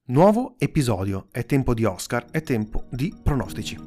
Nuovo episodio, è tempo di Oscar, è tempo di pronostici.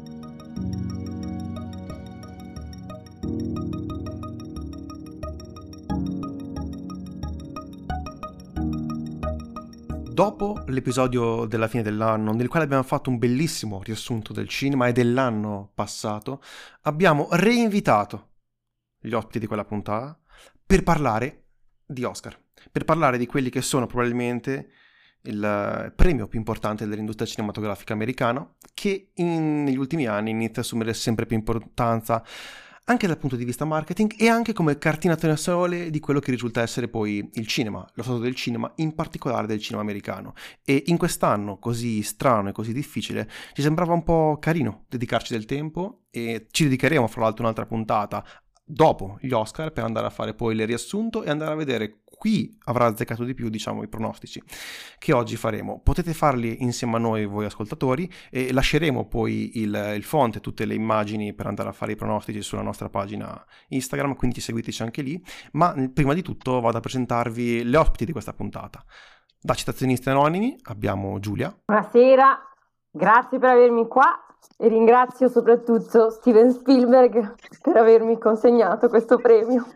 Dopo l'episodio della fine dell'anno, nel quale abbiamo fatto un bellissimo riassunto del cinema e dell'anno passato, abbiamo reinvitato gli ospiti di quella puntata per parlare di Oscar, per parlare di quelli che sono probabilmente il premio più importante dell'industria cinematografica americana, che negli ultimi anni inizia a assumere sempre più importanza anche dal punto di vista marketing e anche come cartina tornasole di quello che risulta essere poi il cinema, lo stato del cinema, in particolare del cinema americano. E in quest'anno così strano e così difficile ci sembrava un po' carino dedicarci del tempo, e ci dedicheremo fra l'altro un'altra puntata dopo gli Oscar per andare a fare poi il riassunto e andare a vedere chi avrà azzeccato di più, diciamo, i pronostici che oggi faremo. Potete farli insieme a noi voi ascoltatori e lasceremo poi il font e tutte le immagini per andare a fare i pronostici sulla nostra pagina Instagram, quindi seguiteci anche lì. Ma prima di tutto vado a presentarvi le ospiti di questa puntata. Da Citazionisti Anonimi abbiamo Giulia. Buonasera, grazie per avermi qua e ringrazio soprattutto Steven Spielberg per avermi consegnato questo premio.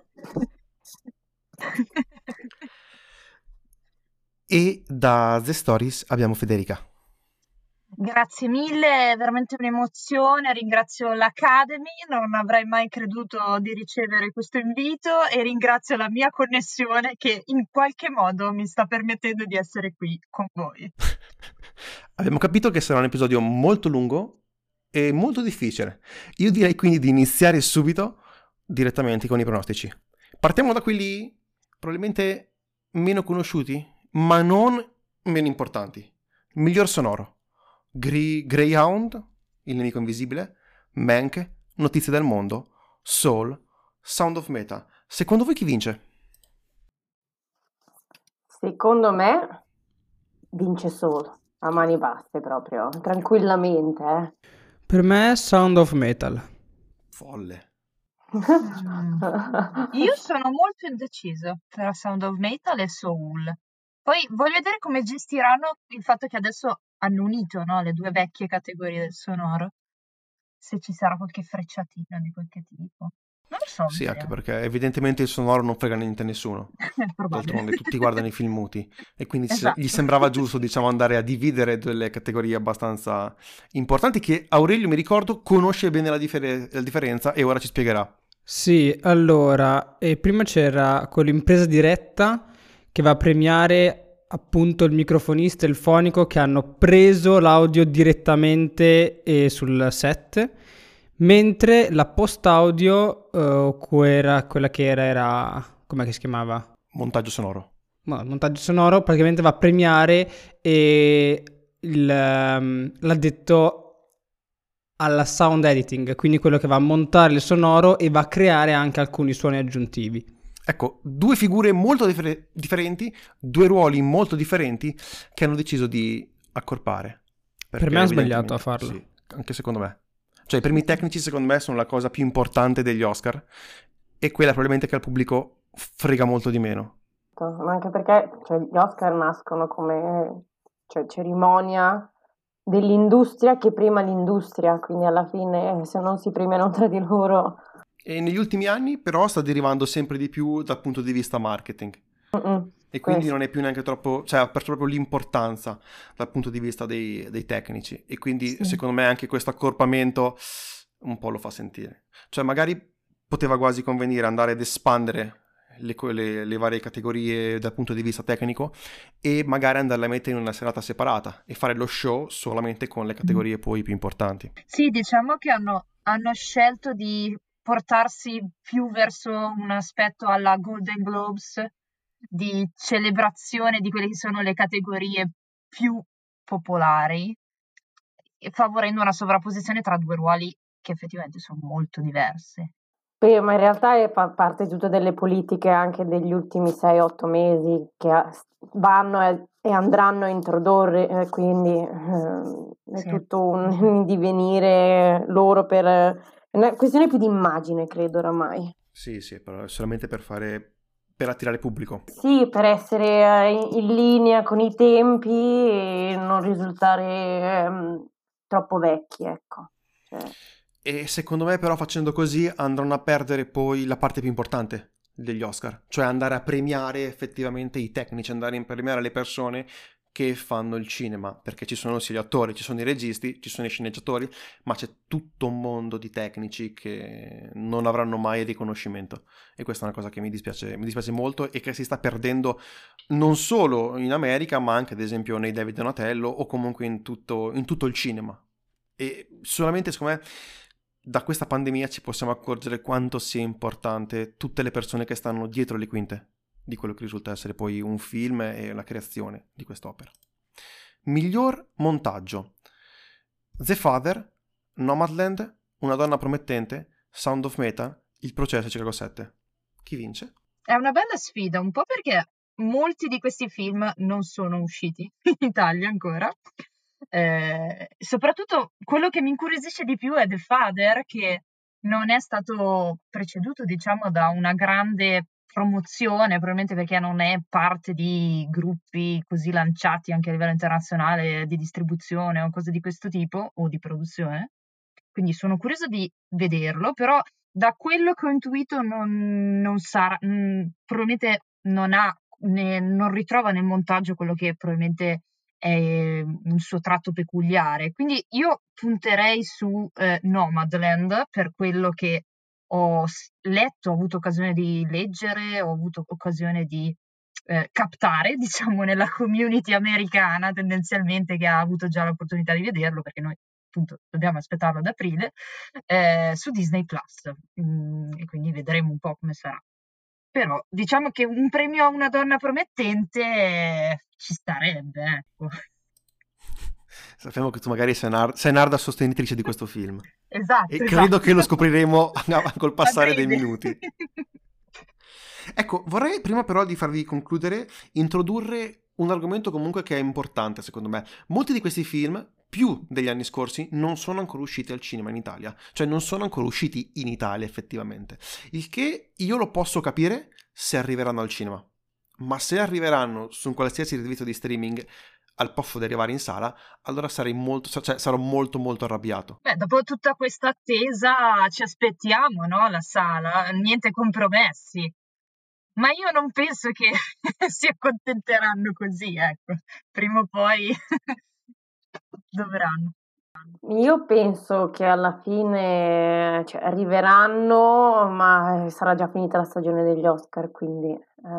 E da The Stories abbiamo Federica. Grazie mille, è veramente un'emozione, ringrazio l'Academy, non avrei mai creduto di ricevere questo invito e ringrazio la mia connessione che in qualche modo mi sta permettendo di essere qui con voi. Abbiamo capito che sarà un episodio molto lungo e molto difficile. Io direi quindi di iniziare subito direttamente con i pronostici. Partiamo da quelli probabilmente meno conosciuti, ma non meno importanti. Miglior sonoro. Greyhound, Il nemico invisibile, Mank, Notizie del mondo, Soul, Sound of Metal. Secondo voi chi vince? Secondo me vince solo, a mani basse proprio, tranquillamente. Per me Sound of Metal. Folle. Io sono molto indeciso tra Sound of Metal e Soul. Poi voglio vedere come gestiranno il fatto che adesso hanno unito, no, le due vecchie categorie del sonoro. Se ci sarà qualche frecciatina di qualche tipo. Non lo so, Sì, anche vedremo. perché evidentemente il sonoro non frega niente a nessuno. È probabile. D'altronde tutti guardano i film muti e quindi Esatto. gli sembrava giusto, diciamo, andare a dividere delle categorie abbastanza importanti che Aurelio, mi ricordo, conosce bene la differenza e ora ci spiegherà. Sì, allora, prima c'era quell'impresa diretta che va a premiare appunto il microfonista e il fonico che hanno preso l'audio direttamente sul set, mentre la post audio era quella che era com'è che si chiamava? Montaggio sonoro. Il montaggio sonoro praticamente va a premiare e l'addetto alla sound editing, quindi quello che va a montare il sonoro e va a creare anche alcuni suoni aggiuntivi. Ecco, due figure molto differenti, due ruoli molto differenti che hanno deciso di accorpare. Per me ha sbagliato a farlo. Sì, anche secondo me. Cioè i premi tecnici secondo me sono la cosa più importante degli Oscar e quella probabilmente che al pubblico frega molto di meno. Ma anche perché gli Oscar nascono come cerimonia dell'industria che prima l'industria, quindi alla fine se non si premiano tra di loro. E negli ultimi anni però sta derivando sempre di più dal punto di vista marketing. E quindi questo. non è più neanche troppo, cioè ha perso proprio l'importanza dal punto di vista dei tecnici. E quindi Sì. secondo me anche questo accorpamento un po' lo fa sentire. Cioè magari poteva quasi convenire andare ad espandere le varie categorie dal punto di vista tecnico e magari andarle a mettere in una serata separata e fare lo show solamente con le categorie poi più importanti. Sì, diciamo che hanno scelto di portarsi più verso un aspetto alla Golden Globes di celebrazione di quelle che sono le categorie più popolari, e favorendo una sovrapposizione tra due ruoli che effettivamente sono molto diversi. Beh, ma in realtà è parte tutto delle politiche anche degli ultimi 6-8 mesi che vanno e andranno a introdurre, quindi è Sì. tutto un divenire loro per una questione più di immagine, credo oramai. Sì, però è solamente per fare per attirare pubblico. Sì, per essere in linea con i tempi e non risultare troppo vecchi, ecco. Cioè, E secondo me però facendo così andranno a perdere poi la parte più importante degli Oscar, cioè andare a premiare effettivamente i tecnici, andare a premiare le persone che fanno il cinema, perché ci sono sia gli attori, ci sono i registi, ci sono i sceneggiatori, ma c'è tutto un mondo di tecnici che non avranno mai il riconoscimento, e questa è una cosa che mi dispiace molto e che si sta perdendo non solo in America, ma anche ad esempio nei David Donatello o comunque in tutto il cinema. E solamente secondo me da questa pandemia ci possiamo accorgere quanto sia importante tutte le persone che stanno dietro le quinte di quello che risulta essere poi un film e la creazione di quest'opera. Miglior montaggio: The Father, Nomadland, Una donna promettente, Sound of Metal, Il processo a Chicago 7. Chi vince? È una bella sfida, un po' perché molti di questi film non sono usciti in Italia ancora. Soprattutto quello che mi incuriosisce di più è The Father, che non è stato preceduto, diciamo, da una grande promozione, probabilmente perché non è parte di gruppi così lanciati anche a livello internazionale di distribuzione o cose di questo tipo, o di produzione. Quindi sono curiosa di vederlo, però da quello che ho intuito non sarà, probabilmente non ritrova nel montaggio quello che probabilmente è un suo tratto peculiare. Quindi io punterei su Nomadland per quello che ho letto, ho avuto occasione di leggere, ho avuto occasione di captare, diciamo, nella community americana tendenzialmente, che ha avuto già l'opportunità di vederlo, perché noi appunto dobbiamo aspettarlo ad aprile, su Disney Plus. E quindi vedremo un po' come sarà. Però diciamo che un premio a una donna promettente ci starebbe, ecco. Sappiamo che tu magari sei un'arda sostenitrice di questo film. Esatto, E credo esatto. che lo scopriremo col passare A dei breve. minuti. Ecco, vorrei prima però di farvi concludere introdurre un argomento comunque che è importante secondo me. Molti di questi film, più degli anni scorsi, non sono ancora usciti al cinema in Italia, cioè non sono ancora usciti in Italia effettivamente, il che io lo posso capire se arriveranno al cinema, ma se arriveranno su un qualsiasi servizio di streaming al posto di arrivare in sala, allora sarò molto molto arrabbiato. Beh, dopo tutta questa attesa ci aspettiamo, no, alla sala, niente compromessi. Ma io non penso che si accontenteranno così, ecco. Prima o poi dovranno. io penso che alla fine, cioè, arriveranno, ma sarà già finita la stagione degli Oscar, quindi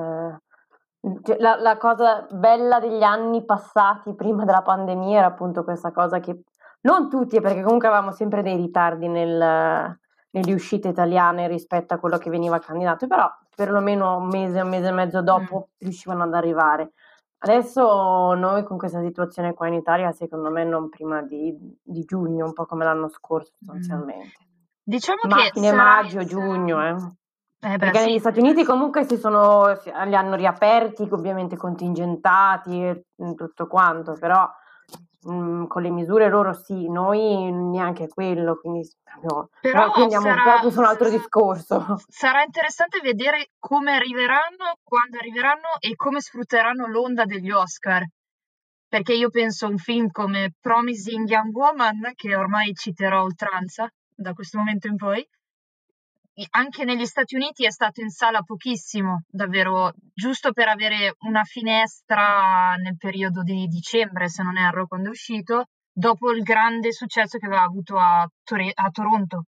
cioè, la cosa bella degli anni passati prima della pandemia era appunto questa cosa che non tutti, perché comunque avevamo sempre dei ritardi nelle uscite italiane rispetto a quello che veniva candidato, però perlomeno un mese e mezzo dopo riuscivano ad arrivare. Adesso noi con questa situazione qua in Italia, secondo me non prima di giugno, un po' come l'anno scorso sostanzialmente. Diciamo Ma che fine maggio, giugno, beh, perché sì. negli Stati Uniti comunque li hanno riaperti, ovviamente contingentati e tutto quanto, però con le misure loro sì, noi neanche quello, quindi Però qui andiamo proprio su un altro discorso. sarà interessante vedere come arriveranno, quando arriveranno e come sfrutteranno l'onda degli Oscar. Perché io penso a un film come Promising Young Woman, che ormai citerò a oltranza da questo momento in poi. Anche negli Stati Uniti è stato in sala pochissimo, davvero giusto per avere una finestra nel periodo di dicembre, se non erro, quando è uscito, dopo il grande successo che aveva avuto a Toronto.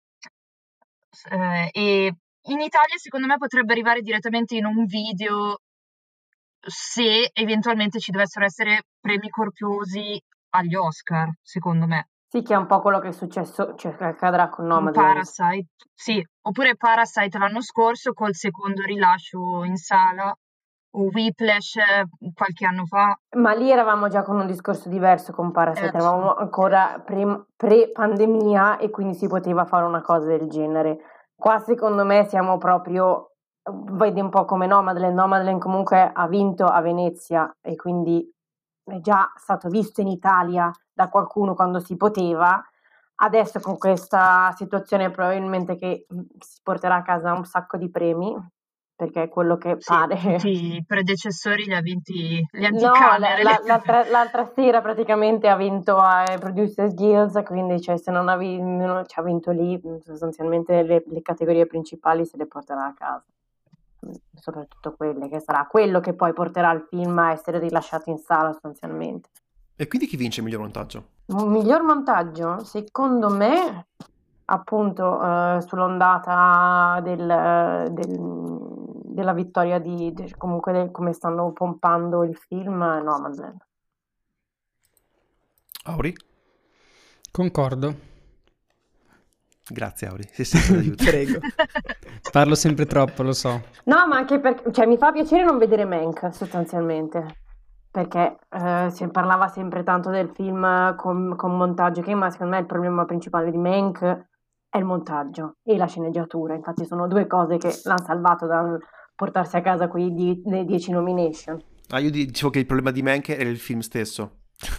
E in Italia secondo me potrebbe arrivare direttamente in un video, se eventualmente ci dovessero essere premi corposi agli Oscar, secondo me. Sì, che è un po' quello che è successo, cioè che accadrà con Con Nomadland. Parasite, sì, oppure Parasite l'anno scorso col secondo rilascio in sala, o Whiplash qualche anno fa. Ma lì eravamo già con un discorso diverso con Parasite, eravamo ancora pre-pandemia e quindi si poteva fare una cosa del genere. Qua secondo me siamo proprio, vedi un po' come Nomadland comunque ha vinto a Venezia e quindi è già stato visto in Italia da qualcuno quando si poteva. Adesso con questa situazione probabilmente che si porterà a casa un sacco di premi, perché è quello che Sì, pare. tutti i predecessori li ha vinti le No, anticamere. l'altra sera praticamente ha vinto ai Producers Guild, quindi cioè, se non ci ha vinto lì, sostanzialmente le categorie principali se le porterà a casa, soprattutto quelle, che sarà quello che poi porterà il film a essere rilasciato in sala sostanzialmente. E quindi chi vince il miglior montaggio? Un miglior montaggio, secondo me, appunto, sull'ondata della vittoria comunque come stanno pompando il film, Nomadland. Auri? Concordo. Grazie Auri, sei sempre d'aiuto. Prego. Parlo sempre troppo, lo so. No, ma anche perché, cioè, mi fa piacere non vedere Mank, sostanzialmente, perché si parlava sempre tanto del film con montaggio, ma secondo me il problema principale di Mank è il montaggio e la sceneggiatura. Infatti sono due cose che l'hanno salvato dal portarsi a casa le 10 nomination. Io dicevo che il problema di Mank era il film stesso.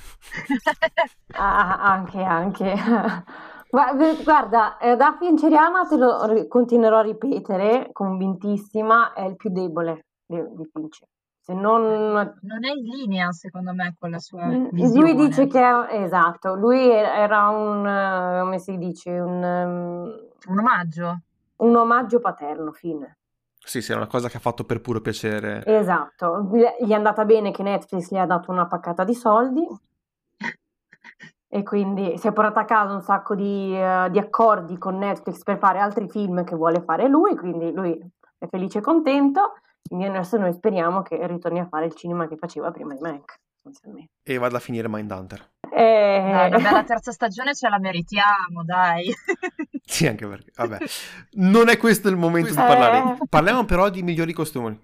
Anche. Guarda, da finceriana te lo continuerò a ripetere, convintissima, è il più debole di Fincher. Se non... Non è in linea, secondo me, con la sua Lui visione. dice che esatto, lui era come si dice, Un omaggio. un omaggio paterno, fine. Sì, era una cosa che ha fatto per puro piacere. Esatto, gli è andata bene che Netflix gli ha dato una paccata di soldi e quindi si è portato a casa un sacco di accordi con Netflix per fare altri film che vuole fare lui, quindi lui è felice e contento, quindi adesso noi speriamo che ritorni a fare il cinema che faceva prima di Mank, essenzialmente. E vada a finire Mindhunter. Dai, una bella terza stagione ce la meritiamo, dai. Sì, anche perché, vabbè, non è questo il momento di parlare. Parliamo però di migliori costumi.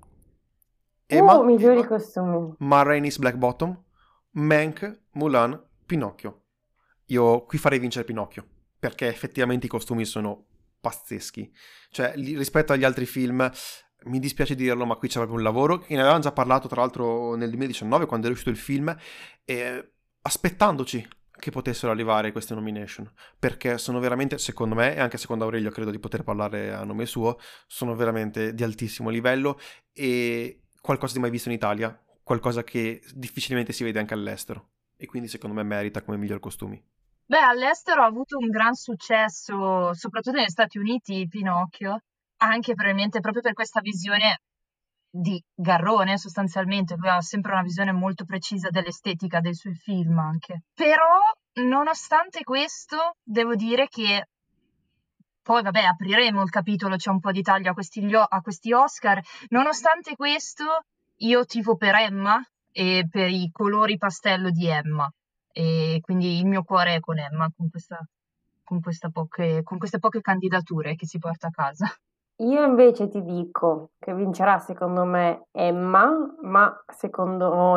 Migliori costumi. Ma Rainey's Black Bottom, Mank, Mulan, Pinocchio. Io qui farei vincere Pinocchio, perché effettivamente i costumi sono pazzeschi. Cioè, rispetto agli altri film, mi dispiace dirlo, ma qui c'è proprio un lavoro, che ne avevamo già parlato tra l'altro nel 2019, quando è uscito il film, aspettandoci che potessero arrivare queste nomination, perché sono veramente, secondo me, e anche secondo Aurelio credo di poter parlare a nome suo, sono veramente di altissimo livello e qualcosa di mai visto in Italia, qualcosa che difficilmente si vede anche all'estero, e quindi secondo me merita come miglior costumi. Beh, all'estero ha avuto un gran successo, soprattutto negli Stati Uniti, Pinocchio, anche probabilmente proprio per questa visione di Garrone, sostanzialmente. Lui ha sempre una visione molto precisa dell'estetica dei suoi film anche. Però, nonostante questo, devo dire che poi, vabbè, apriremo il capitolo, c'è un po' di taglio a questi Oscar. Nonostante questo, io tifo per Emma e per i colori pastello di Emma. E quindi il mio cuore è con Emma, con queste poche candidature che si porta a casa. Io invece ti dico che vincerà secondo me Emma, ma secondo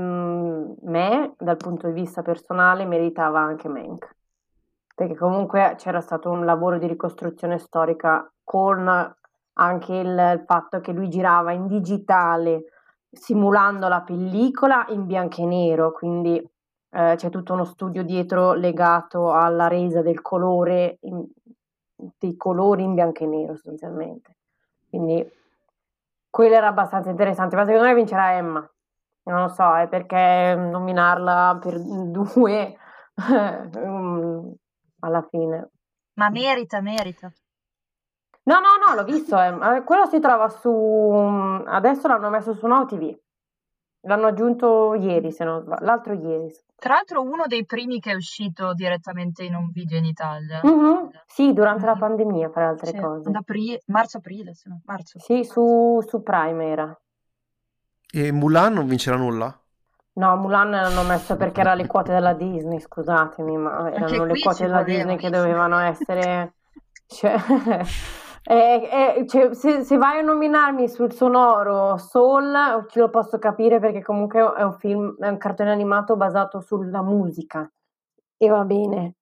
me, dal punto di vista personale, meritava anche Mank. Perché comunque c'era stato un lavoro di ricostruzione storica con anche il fatto che lui girava in digitale, simulando la pellicola in bianco e nero, quindi c'è tutto uno studio dietro legato alla resa del colore, dei colori in bianco e nero sostanzialmente. Quindi quello era abbastanza interessante, ma secondo me vincerà Emma. Non lo so, è perché nominarla per due alla fine. Ma merita. No, l'ho visto. Quello si trova su... Adesso l'hanno messo su Now TV. L'hanno aggiunto ieri, se non sbaglio. L'altro ieri. Tra l'altro uno dei primi che è uscito direttamente in un video in Italia. Sì, durante la pandemia, fra le altre cose. Marzo-aprile, se no. Marzo. Sì, su Prime era. E Mulan non vincerà nulla? No, Mulan l'hanno messo perché era le quote della Disney, scusatemi, ma erano le quote della Disney che dovevano essere... Cioè, se vai a nominarmi sul sonoro Soul, ce lo posso capire perché comunque è un film, è un cartone animato basato sulla musica e va bene,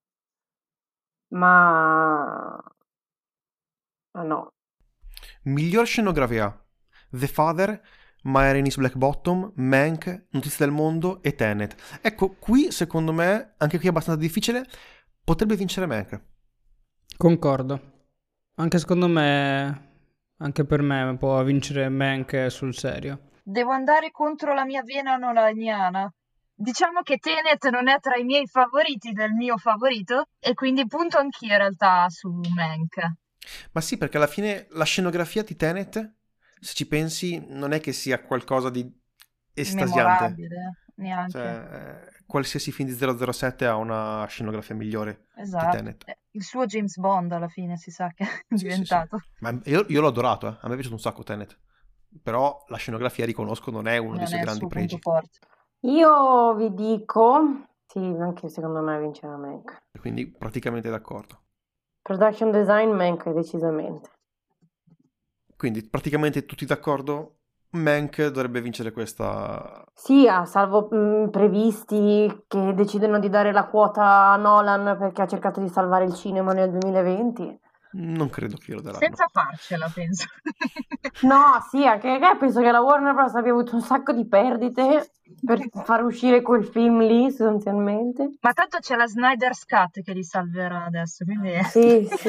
ma no. Miglior scenografia: The Father, My Rainey's Black Bottom, Mank, Notizie del Mondo e Tenet. Ecco, qui secondo me, anche qui è abbastanza difficile, potrebbe vincere Mank. Concordo. Anche secondo me Anche per me può vincere Mank sul serio. Devo andare contro la mia vena nolaniana. Diciamo che Tenet non è tra i miei favoriti del mio favorito e quindi punto anch'io in realtà su Mank. Ma sì, perché alla fine la scenografia di Tenet, se ci pensi, non è che sia qualcosa di estasiante. Memorabile, neanche. Cioè, qualsiasi film di 007 ha una scenografia migliore di Esatto. Tenet. Il suo James Bond alla fine si sa che è Sì, sì, sì. diventato. Ma io l'ho adorato, a me è piaciuto un sacco Tenet. Però la scenografia, riconosco, non è uno dei Non suoi è il grandi suo punto pregi. forte. Io vi dico, sì, anche secondo me vincerà Mank. Quindi praticamente d'accordo. Production design Mank decisamente. Quindi praticamente tutti d'accordo, Mank dovrebbe vincere questa... Sì, salvo previsti che decidono di dare la quota a Nolan perché ha cercato di salvare il cinema nel 2020. Non credo che lo daranno. Senza farcela, penso. No, sì, anche perché penso che la Warner Bros. Abbia avuto un sacco di perdite per far uscire quel film lì, sostanzialmente. Ma tanto c'è la Snyder's Cut che li salverà adesso, quindi... Sì, sì.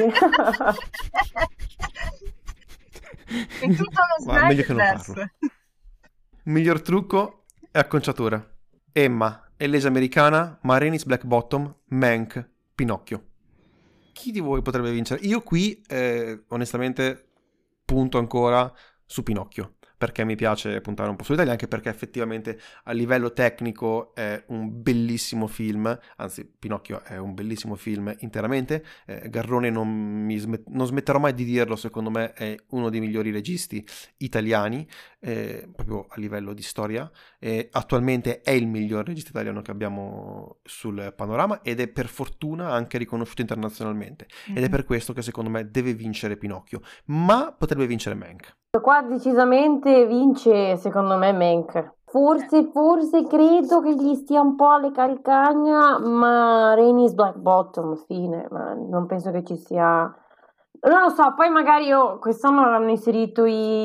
È tutto lo Ma meglio che non Snyderverse. parlo. Miglior trucco e acconciatura. Emma, Elesa Americana, Ma Rainey's Black Bottom, Mank, Pinocchio. Chi di voi potrebbe vincere? Io qui, onestamente, punto ancora su Pinocchio, perché mi piace puntare un po' sull'Italia, anche perché effettivamente a livello tecnico è un bellissimo film, anzi Pinocchio è un bellissimo film interamente. Garrone non smetterò mai di dirlo, secondo me è uno dei migliori registi italiani, proprio a livello di storia. Attualmente è il miglior regista italiano che abbiamo sul panorama ed è per fortuna anche riconosciuto internazionalmente, ed è per questo che secondo me deve vincere Pinocchio, ma potrebbe vincere Mank. Qua decisamente vince, secondo me, Mank. Forse credo che gli stia un po' alle calcagna, ma Rainey's Black Bottom, fine, ma non penso che ci sia... Non lo so, poi magari quest'anno hanno inserito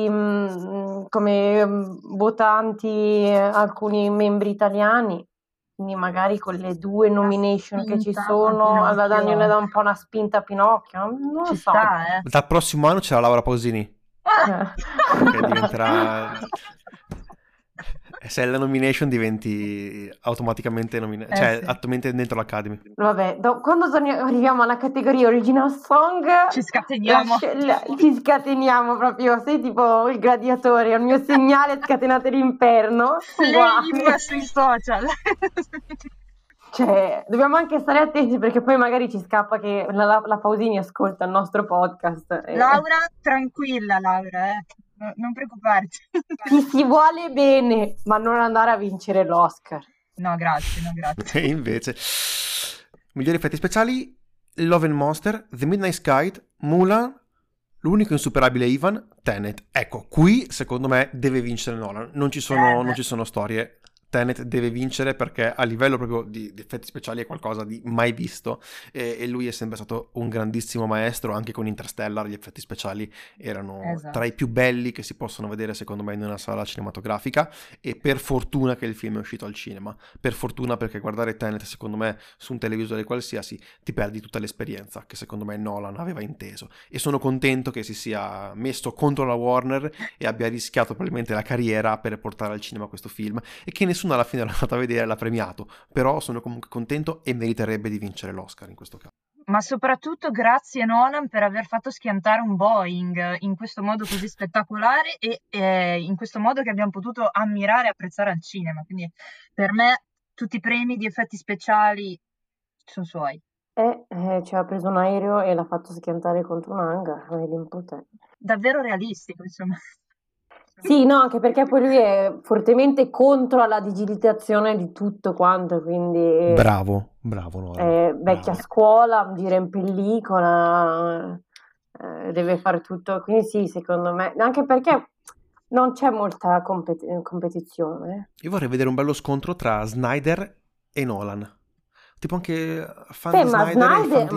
come votanti alcuni membri italiani, quindi magari con le 2 nomination che ci spinta a sono, Pinocchio. danno un po' una spinta a Pinocchio, non lo Ci so. sta, eh. Dal prossimo anno c'è la Laura Pausini, che diventerà... Se è la nomination diventi automaticamente cioè sì. attualmente dentro l'Academy. Vabbè, quando arriviamo alla categoria Original Song Ci scateniamo. ci scateniamo proprio, sei tipo il gladiatore, al mio segnale scatenate l'inferno. Flame sui social. Cioè, dobbiamo anche stare attenti perché poi magari ci scappa che la Pausini ascolta il nostro podcast. Laura, tranquilla Laura, non preoccuparti. Ti si vuole bene, ma non andare a vincere l'Oscar. No, grazie, no, grazie. E invece, migliori effetti speciali, Love and Monster, The Midnight Sky, Mulan, L'unico insuperabile Ivan, Tenet. Ecco, qui secondo me deve vincere Nolan. Non ci sono storie. Tenet deve vincere perché a livello proprio di effetti speciali è qualcosa di mai visto, e lui è sempre stato un grandissimo maestro. Anche con Interstellar gli effetti speciali erano tra i più belli che si possono vedere secondo me in una sala cinematografica, e per fortuna che il film è uscito al cinema, per fortuna, perché guardare Tenet secondo me su un televisore qualsiasi ti perdi tutta l'esperienza che secondo me Nolan aveva inteso, e sono contento che si sia messo contro la Warner e abbia rischiato probabilmente la carriera per portare al cinema questo film, e che nessuno alla fine l'ha andato a vedere, l'ha premiato. Però sono comunque contento e meriterebbe di vincere l'Oscar in questo caso. Ma soprattutto grazie Nolan per aver fatto schiantare un Boeing in questo modo così spettacolare e in questo modo che abbiamo potuto ammirare e apprezzare al cinema. Quindi per me tutti i premi di effetti speciali sono suoi. Ci ha preso un aereo e l'ha fatto schiantare contro un hangar, vedi un po' te. Davvero realistico, insomma. Sì, no, anche perché poi lui è fortemente contro la digitalizzazione di tutto quanto, quindi Bravo Nolan. vecchia scuola, gira in pellicola, deve fare tutto, quindi sì, secondo me, anche perché non c'è molta competizione. Io vorrei vedere un bello scontro tra Snyder e Nolan. Tipo anche fan di ma Snyder,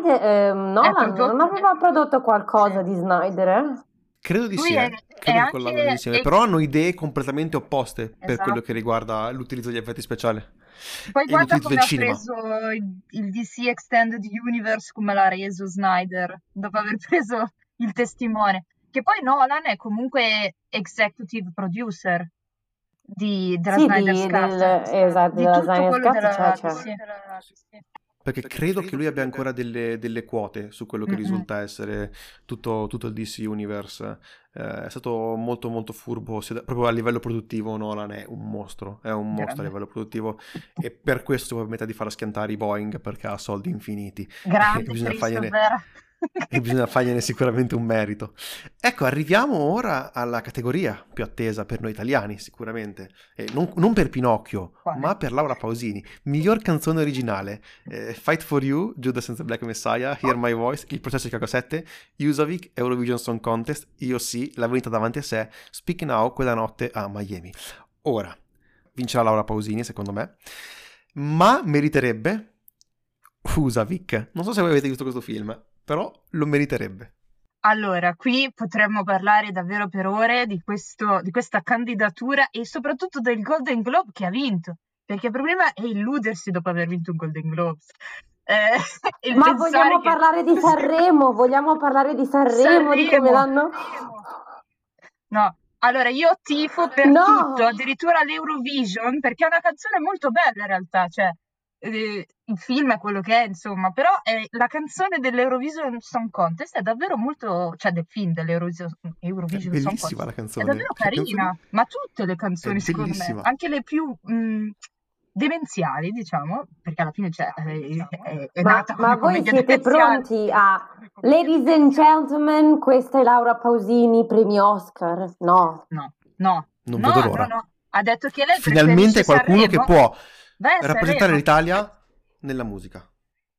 Nolan non aveva prodotto qualcosa di Snyder, eh? Credo di sì, Lui credo è che collaborino insieme, però hanno idee completamente opposte per quello che riguarda l'utilizzo degli effetti speciali. Poi e guarda l'utilizzo come del ha cinema. preso il DC Extended Universe, come l'ha reso Snyder, dopo aver preso il testimone. Che poi Nolan è comunque executive producer della Sì, Snyder's Cut, esatto, di della tutto Snyder's quello Cut c'è. sì. Perché credo che lui abbia ancora delle quote su quello che Mm-mm. risulta essere tutto il DC Universe. È stato molto molto furbo, proprio a livello produttivo Nolan è un mostro a Grande. livello produttivo, e per questo permette di far schiantare i Boeing, perché ha soldi infiniti Grande bisogna fargliene, Christopher. e bisogna fargliene sicuramente un merito. Ecco, arriviamo ora alla categoria più attesa per noi italiani, sicuramente. Non per Pinocchio, Quale? ma per Laura Pausini. Miglior canzone originale. Fight for You, Judas and the Black Messiah, Hear My Voice, Il processo di Chicago 7, Yusavik, Eurovision Song Contest, Io sì, La verità davanti a sé, Speak Now, Quella notte a Miami. Ora, vincerà Laura Pausini, secondo me, ma meriterebbe Yusavik. Non so se voi avete visto questo film, però lo meriterebbe. Allora, qui potremmo parlare davvero per ore di questa candidatura e soprattutto del Golden Globe che ha vinto, perché il problema è illudersi dopo aver vinto un Golden Globes. Il Ma pensare vogliamo che... parlare di Sanremo? Vogliamo parlare di Sanremo, di come l'hanno... No, allora io tifo per No! tutto, addirittura l'Eurovision, perché è una canzone molto bella in realtà, cioè il film è quello che è, insomma, però la canzone dell'Eurovision Song Contest è davvero molto, cioè del film dell'Eurovision È Song bellissima Contest, la è canzone. davvero La canzone carina, ma tutte le è canzoni secondo me, bellissima. anche le più demenziali, diciamo, perché alla fine cioè, è Ma, nata come ma voi commedia siete demenziale. pronti a... Ladies and gentlemen, questa è Laura Pausini, premi Oscar? No. No, Non vedo l'ora. no. Ha detto che lei Finalmente preferisce qualcuno Sanremo. che può Vai a rappresentare Sanremo. l'Italia nella musica.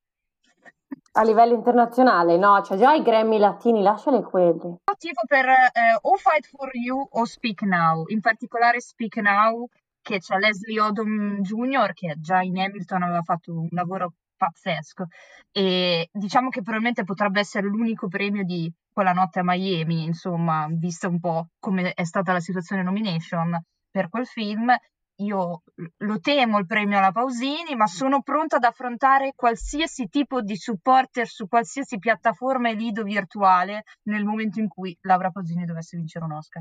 A livello internazionale, no, c'è già i Grammy latini, lasciali quelli. Io tifo per o Fight for You o Speak Now, in particolare Speak Now, che c'è Leslie Odom Jr., che già in Hamilton aveva fatto un lavoro pazzesco, e diciamo che probabilmente potrebbe essere l'unico premio di Quella notte a Miami, insomma, vista un po' come è stata la situazione nomination per quel film. Io lo temo il premio alla Pausini, ma sono pronta ad affrontare qualsiasi tipo di supporter su qualsiasi piattaforma e lido virtuale nel momento in cui Laura Pausini dovesse vincere un Oscar.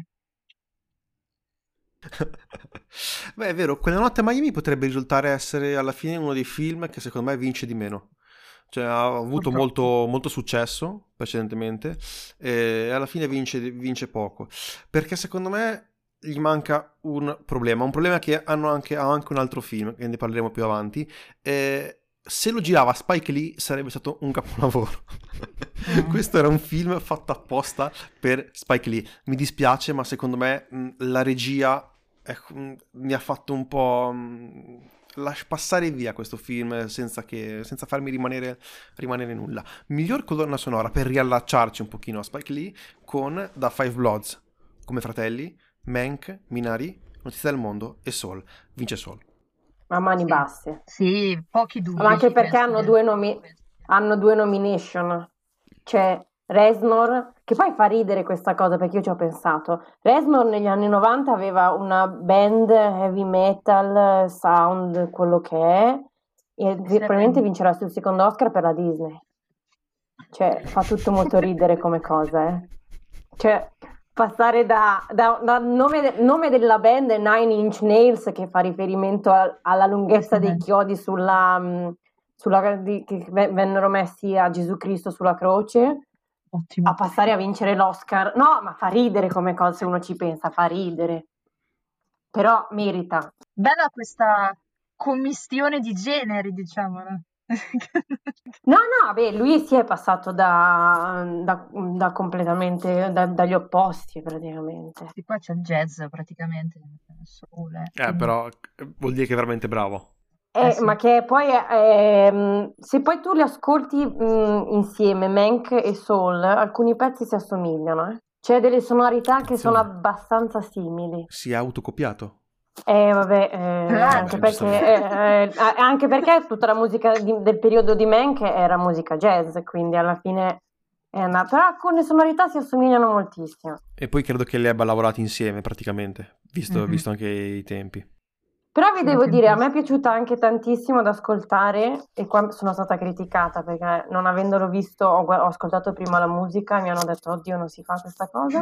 Beh, è vero, Quella notte a Miami potrebbe risultare essere alla fine uno dei film che secondo me vince di meno. Cioè ha avuto molto successo precedentemente e alla fine vince poco. Perché secondo me gli manca un problema che ha anche un altro film, che ne parleremo più avanti. Se lo girava Spike Lee sarebbe stato un capolavoro. Questo era un film fatto apposta per Spike Lee. Mi dispiace, ma secondo me la regia mi ha fatto un po' passare via questo film senza farmi rimanere nulla. Miglior colonna sonora, per riallacciarci un pochino a Spike Lee, con Da Five Bloods, Come fratelli, Mank, Minari, Notizie del mondo e Soul. Vince Soul. A mani basse. Sì, pochi dubbi. Ma anche perché hanno due nomination. C'è Reznor, che poi fa ridere questa cosa perché io ci ho pensato. Reznor negli anni 90 aveva una band heavy metal, sound, quello che è, e probabilmente vincerà sul secondo Oscar per la Disney. Cioè, fa tutto molto ridere come cosa, eh. Cioè, passare da nome della band è Nine Inch Nails, che fa riferimento alla lunghezza dei chiodi che vennero messi a Gesù Cristo sulla croce, Ottimo. a passare a vincere l'Oscar. No, ma fa ridere come cosa, se uno ci pensa, fa ridere. Però merita. Bella questa commistione di generi, diciamo, no? No, beh, lui si è passato da completamente dagli opposti praticamente. E poi c'è il jazz praticamente, soul, Però vuol dire che è veramente bravo. Sì. Ma che poi se poi tu li ascolti insieme, Mank e Soul, alcuni pezzi si assomigliano, C'è delle sonorità che sono abbastanza simili. Si è autocopiato. Vabbè, anche perché tutta la musica del periodo di Mank era musica jazz, quindi alla fine è andata. Però alcune sonorità si assomigliano moltissimo. E poi credo che li abbia lavorati insieme praticamente, visto anche i tempi. Però vi devo dire, a me è contentissima. piaciuta anche tantissimo da ascoltare e qua sono stata criticata perché non avendolo visto ho ascoltato prima la musica e mi hanno detto oddio non si fa questa cosa.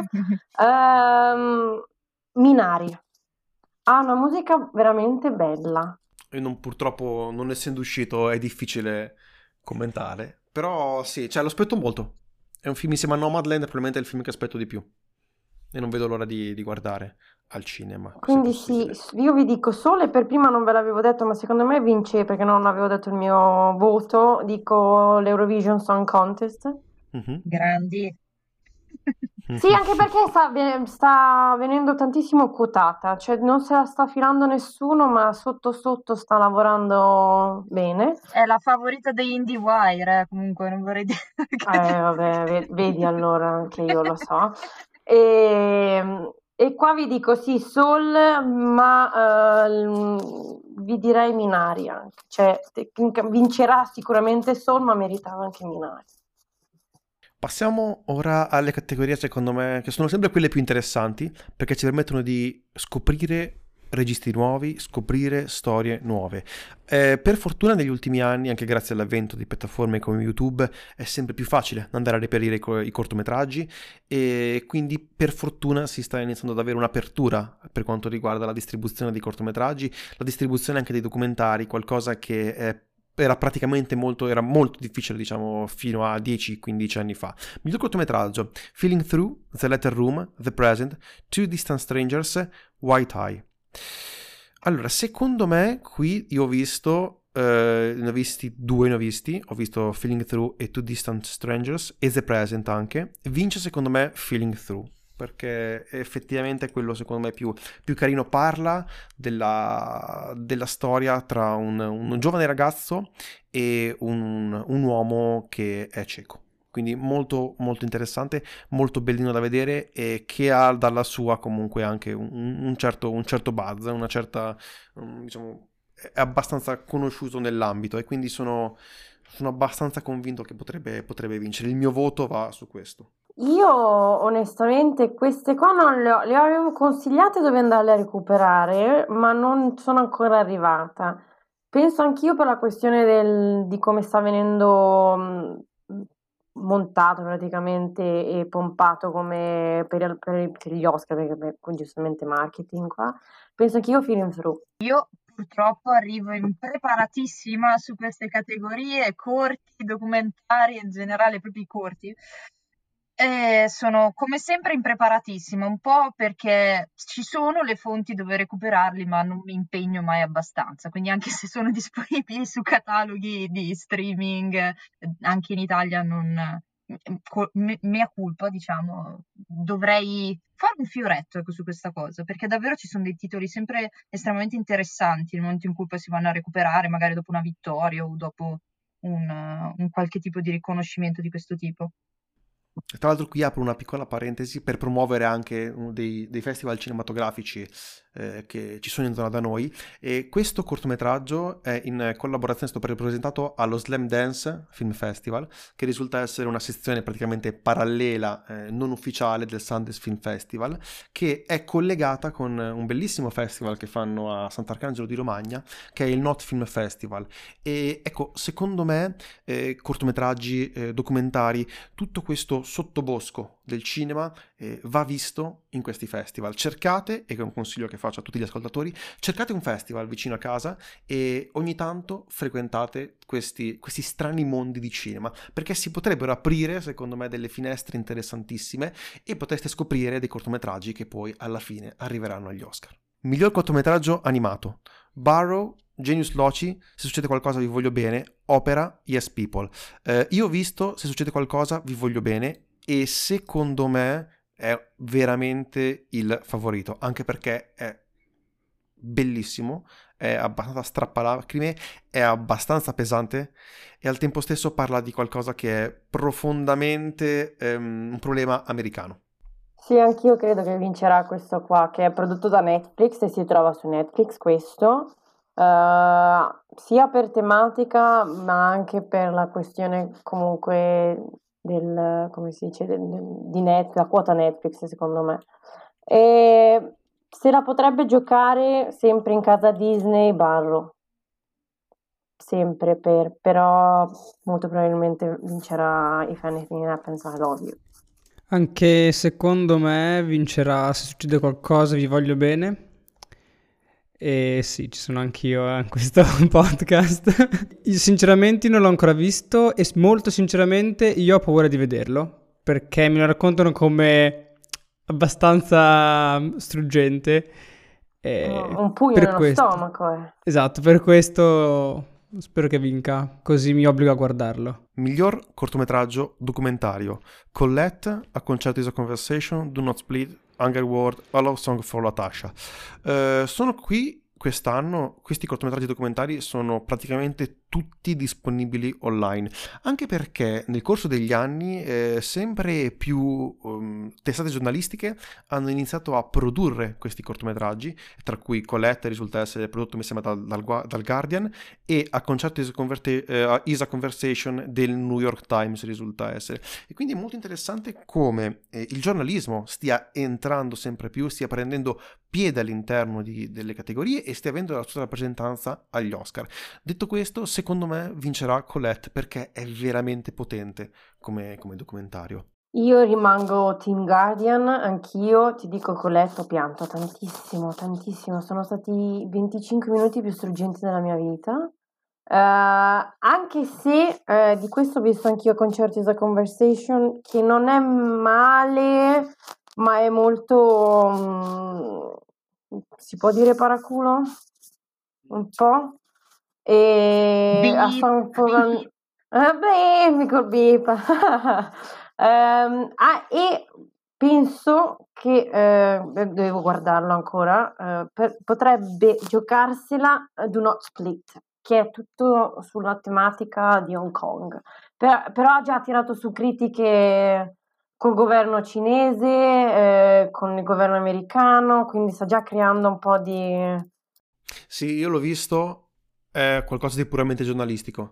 Minari ha una musica veramente bella. E purtroppo, non essendo uscito, è difficile commentare. Però sì, cioè, lo aspetto molto. È un film insieme a Nomadland, probabilmente è il film che aspetto di più. E non vedo l'ora di guardare al cinema, se Quindi sì, possibile. io vi dico solo, e per prima non ve l'avevo detto, ma secondo me vince perché non avevo detto il mio voto, dico l'Eurovision Song Contest. Mhm. Grandi. Sì, anche perché sta venendo tantissimo quotata, cioè non se la sta filando nessuno, ma sotto sotto sta lavorando bene. È la favorita degli IndieWire, comunque, non vorrei dire che... Vabbè, vedi allora, anche io lo so. E qua vi dico sì, Soul, ma vi direi Minari anche. Cioè, vincerà sicuramente Soul, ma meritava anche Minari. Passiamo ora alle categorie, secondo me, che sono sempre quelle più interessanti, perché ci permettono di scoprire registi nuovi, scoprire storie nuove. Per fortuna negli ultimi anni, anche grazie all'avvento di piattaforme come YouTube, è sempre più facile andare a reperire i cortometraggi e quindi per fortuna si sta iniziando ad avere un'apertura per quanto riguarda la distribuzione dei cortometraggi, la distribuzione anche dei documentari, qualcosa che era molto difficile, diciamo, fino a 10-15 anni fa. Miglior cortometraggio: Feeling Through, The Letter Room, The Present, Two Distant Strangers, White Eye. Allora, secondo me, qui io ho visto, ne ho visti due, ho visto Feeling Through e Two Distant Strangers e The Present anche. Vince secondo me Feeling Through, perché effettivamente è quello secondo me più carino, parla della storia tra un giovane ragazzo e un uomo che è cieco. Quindi molto, molto interessante, molto bellino da vedere e che ha dalla sua comunque anche un certo buzz, una certa, diciamo, è abbastanza conosciuto nell'ambito e quindi sono abbastanza convinto che potrebbe vincere. Il mio voto va su questo. Io onestamente queste qua non le avevo consigliate dove andarle a recuperare, ma non sono ancora arrivata. Penso anch'io per la questione di come sta venendo montato praticamente e pompato come per gli Oscar, perché giustamente marketing qua. Penso anch'io Feeling Through. Io purtroppo arrivo impreparatissima su queste categorie, corti, documentari, in generale proprio i corti. Sono come sempre impreparatissima, un po' perché ci sono le fonti dove recuperarli, ma non mi impegno mai abbastanza. Quindi anche se sono disponibili su cataloghi di streaming, anche in Italia non... mea culpa, diciamo, dovrei fare un fioretto, ecco, su questa cosa, perché davvero ci sono dei titoli sempre estremamente interessanti nel momento in cui poi si vanno a recuperare, magari dopo una vittoria o dopo un qualche tipo di riconoscimento di questo tipo. Tra l'altro qui apro una piccola parentesi per promuovere anche uno dei festival cinematografici che ci sono intorno da noi, e questo cortometraggio è in collaborazione, è stato presentato allo Slam Dance Film Festival, che risulta essere una sezione praticamente parallela, non ufficiale, del Sundance Film Festival, che è collegata con un bellissimo festival che fanno a Sant'Arcangelo di Romagna, che è il Not Film Festival. E ecco, secondo me cortometraggi, documentari, tutto questo sottobosco del cinema va visto in questi festival. Cercate, e che è un consiglio che faccio a tutti gli ascoltatori, cercate un festival vicino a casa e ogni tanto frequentate questi strani mondi di cinema, perché si potrebbero aprire, secondo me, delle finestre interessantissime e potreste scoprire dei cortometraggi che poi alla fine arriveranno agli Oscar. Miglior cortometraggio animato: Barrow, Genius Loci, Se succede qualcosa vi voglio bene, Opera, Yes People. Io ho visto Se succede qualcosa vi voglio bene e secondo me è veramente il favorito, anche perché è bellissimo, è abbastanza strappalacrime, è abbastanza pesante e al tempo stesso parla di qualcosa che è profondamente un problema americano. Sì, anch'io credo che vincerà questo qua, che è prodotto da Netflix e si trova su Netflix questo, sia per tematica, ma anche per la questione comunque come si dice, di la quota Netflix, secondo me. E se la potrebbe giocare sempre in casa Disney, Barro. Sempre però molto probabilmente vincerà If Anything Happens I Love You. Anche secondo me vincerà Se succede qualcosa, vi voglio bene. E sì, ci sono anch'io in questo podcast. Io sinceramente non l'ho ancora visto e molto sinceramente io ho paura di vederlo perché me lo raccontano come abbastanza struggente. Un pugno Per nello questo, stomaco. esatto, per questo spero che vinca, così mi obbligo a guardarlo. Miglior cortometraggio documentario: Colette, A Concerto is a Conversation, Do Not Split, Hunger World, A Love Song for Latasha. Sono qui quest'anno, questi cortometraggi documentari sono praticamente tutti disponibili online, anche perché nel corso degli anni sempre più testate giornalistiche hanno iniziato a produrre questi cortometraggi, tra cui Colette risulta essere prodotto, mi sembra, dal Guardian, e A Concerto is a Conversation del New York Times risulta essere. E quindi è molto interessante come il giornalismo stia entrando sempre più, stia prendendo piede all'interno delle categorie e stia avendo la sua rappresentanza agli Oscar. Detto questo, secondo me vincerà Colette perché è veramente potente come documentario. Io rimango Team Guardian, anch'io, ti dico Colette, ho pianto tantissimo, sono stati 25 minuti più struggenti della mia vita. Anche se di questo ho visto anch'io Concerti is a Conversation, che non è male, ma è molto, si può dire paraculo? Un po'? E a Beep. Song for Blame col beep. E penso che devo guardarlo ancora, potrebbe giocarsela Do Not Split, che è tutto sulla tematica di Hong Kong, però ha già tirato su critiche col governo cinese, con il governo americano, quindi sta già creando un po' di... Sì, io l'ho visto, è qualcosa di puramente giornalistico.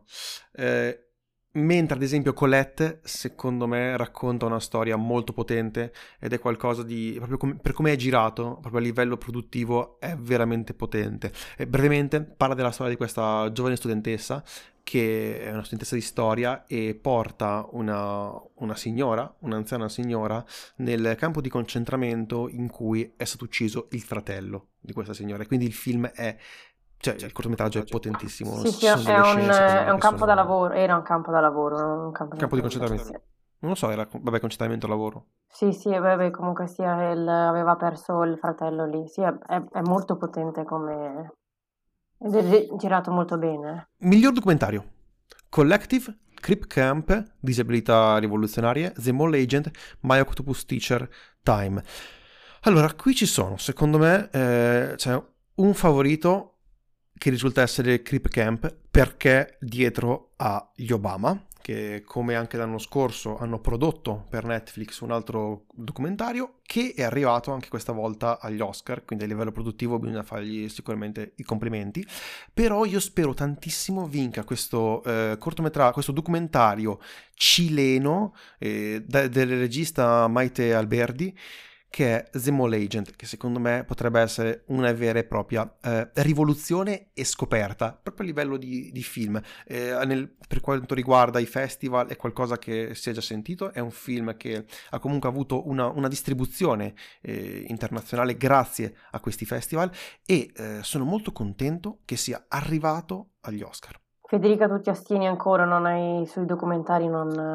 Mentre ad esempio Colette, secondo me, racconta una storia molto potente ed è qualcosa di, proprio per come è girato, proprio a livello produttivo, è veramente potente. Brevemente parla della storia di questa giovane studentessa che è una studentessa di storia e porta una signora, un'anziana signora, nel campo di concentramento in cui è stato ucciso il fratello di questa signora. E quindi il film è... Cioè, il cortometraggio è potentissimo. Sì, Ci sono delle scene, secondo me, è un che campo da sono... lavoro, era un campo da lavoro, non un campo Campo di da lavoro. concentramento. Non lo so, era, vabbè, concentramento lavoro. Sì, vabbè, comunque sia, aveva perso il fratello lì. Sì, è molto potente come... ed è girato molto bene. Miglior documentario: Collective, Crip Camp, Disabilità rivoluzionarie, The Mole Agent, My Octopus Teacher, Time. Allora, qui ci sono, secondo me, c'è un favorito che risulta essere Crip Camp perché dietro agli Obama, che come anche l'anno scorso hanno prodotto per Netflix un altro documentario che è arrivato anche questa volta agli Oscar, quindi a livello produttivo bisogna fargli sicuramente i complimenti. Però io spero tantissimo vinca questo questo documentario cileno del regista Maite Alberdi, che è The Mole Agent, che secondo me potrebbe essere una vera e propria rivoluzione e scoperta, proprio a livello di film. Per quanto riguarda i festival è qualcosa che si è già sentito, è un film che ha comunque avuto una distribuzione internazionale grazie a questi festival e sono molto contento che sia arrivato agli Oscar. Federica, tu ti astieni ancora, non hai sui documentari,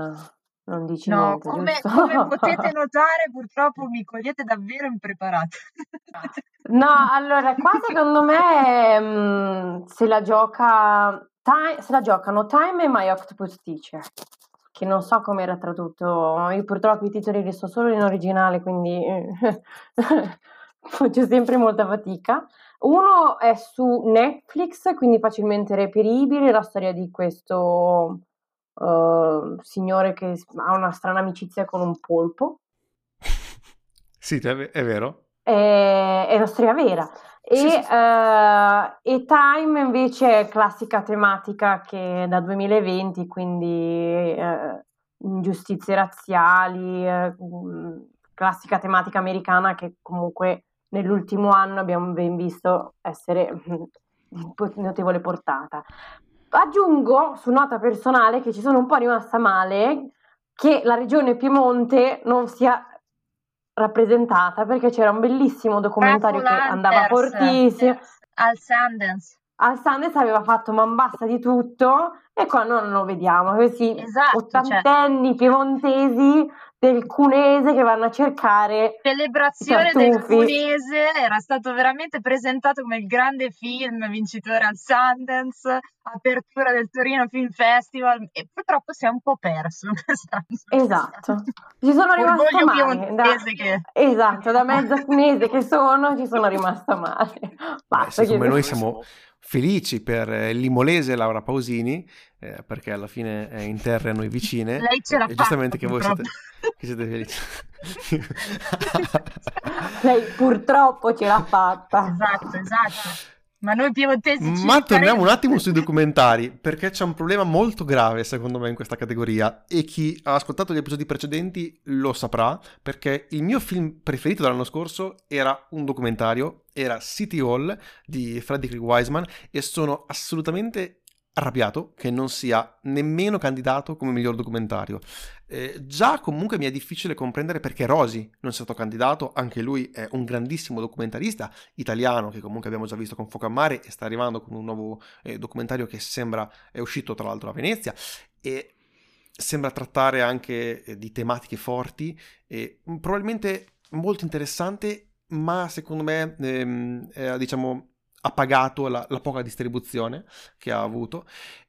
non dici No, niente, come giusto? potete notare, purtroppo mi cogliete davvero impreparata. No, allora, qua secondo me se la giocano Time e My Octopus Teacher, che non so come era tradotto, io purtroppo i titoli li so solo in originale, quindi faccio sempre molta fatica. Uno è su Netflix, quindi facilmente reperibile, la storia di questo signore che ha una strana amicizia con un polpo. Sì, è vero. È una storia vera. Sì, sì. E Time invece è classica tematica che è da 2020, quindi ingiustizie razziali, classica tematica americana che comunque nell'ultimo anno abbiamo ben visto essere di notevole portata. Aggiungo su nota personale che ci sono un po' rimasta male che la regione Piemonte non sia rappresentata, perché c'era un bellissimo documentario che andava fortissimo. Al Sundance. Al Sundance aveva fatto man bassa di tutto e qua non lo vediamo. Questi ottantenni piemontesi del Cunese che vanno a cercare celebrazione del Cunese, era stato veramente presentato come il grande film vincitore al Sundance, apertura del Torino Film Festival, e purtroppo si è un po' perso quest'anno. Esatto, ci sono rimasta male esatto, da mezza cunese che ci sono rimasta male. Siccome noi siamo felici per l'imolese Laura Pausini, perché alla fine è in terra a noi vicine. Lei ce l'ha fatta, giustamente che voi siete felici. Lei purtroppo ce l'ha fatta. Esatto. Ma noi piemontesi Ma torniamo un attimo sui documentari, perché c'è un problema molto grave secondo me in questa categoria, e chi ha ascoltato gli episodi precedenti lo saprà, perché il mio film preferito dell'anno scorso era un documentario, era City Hall di Frederick Wiseman, e sono assolutamente arrabbiato che non sia nemmeno candidato come miglior documentario. Già comunque mi è difficile comprendere perché Rosi non sia stato candidato. Anche lui è un grandissimo documentarista italiano che comunque abbiamo già visto con Fuoco a Mare e sta arrivando con un nuovo documentario che è uscito tra l'altro a Venezia e sembra trattare anche di tematiche forti e probabilmente molto interessante, ma secondo me diciamo ha pagato la poca distribuzione che ha avuto,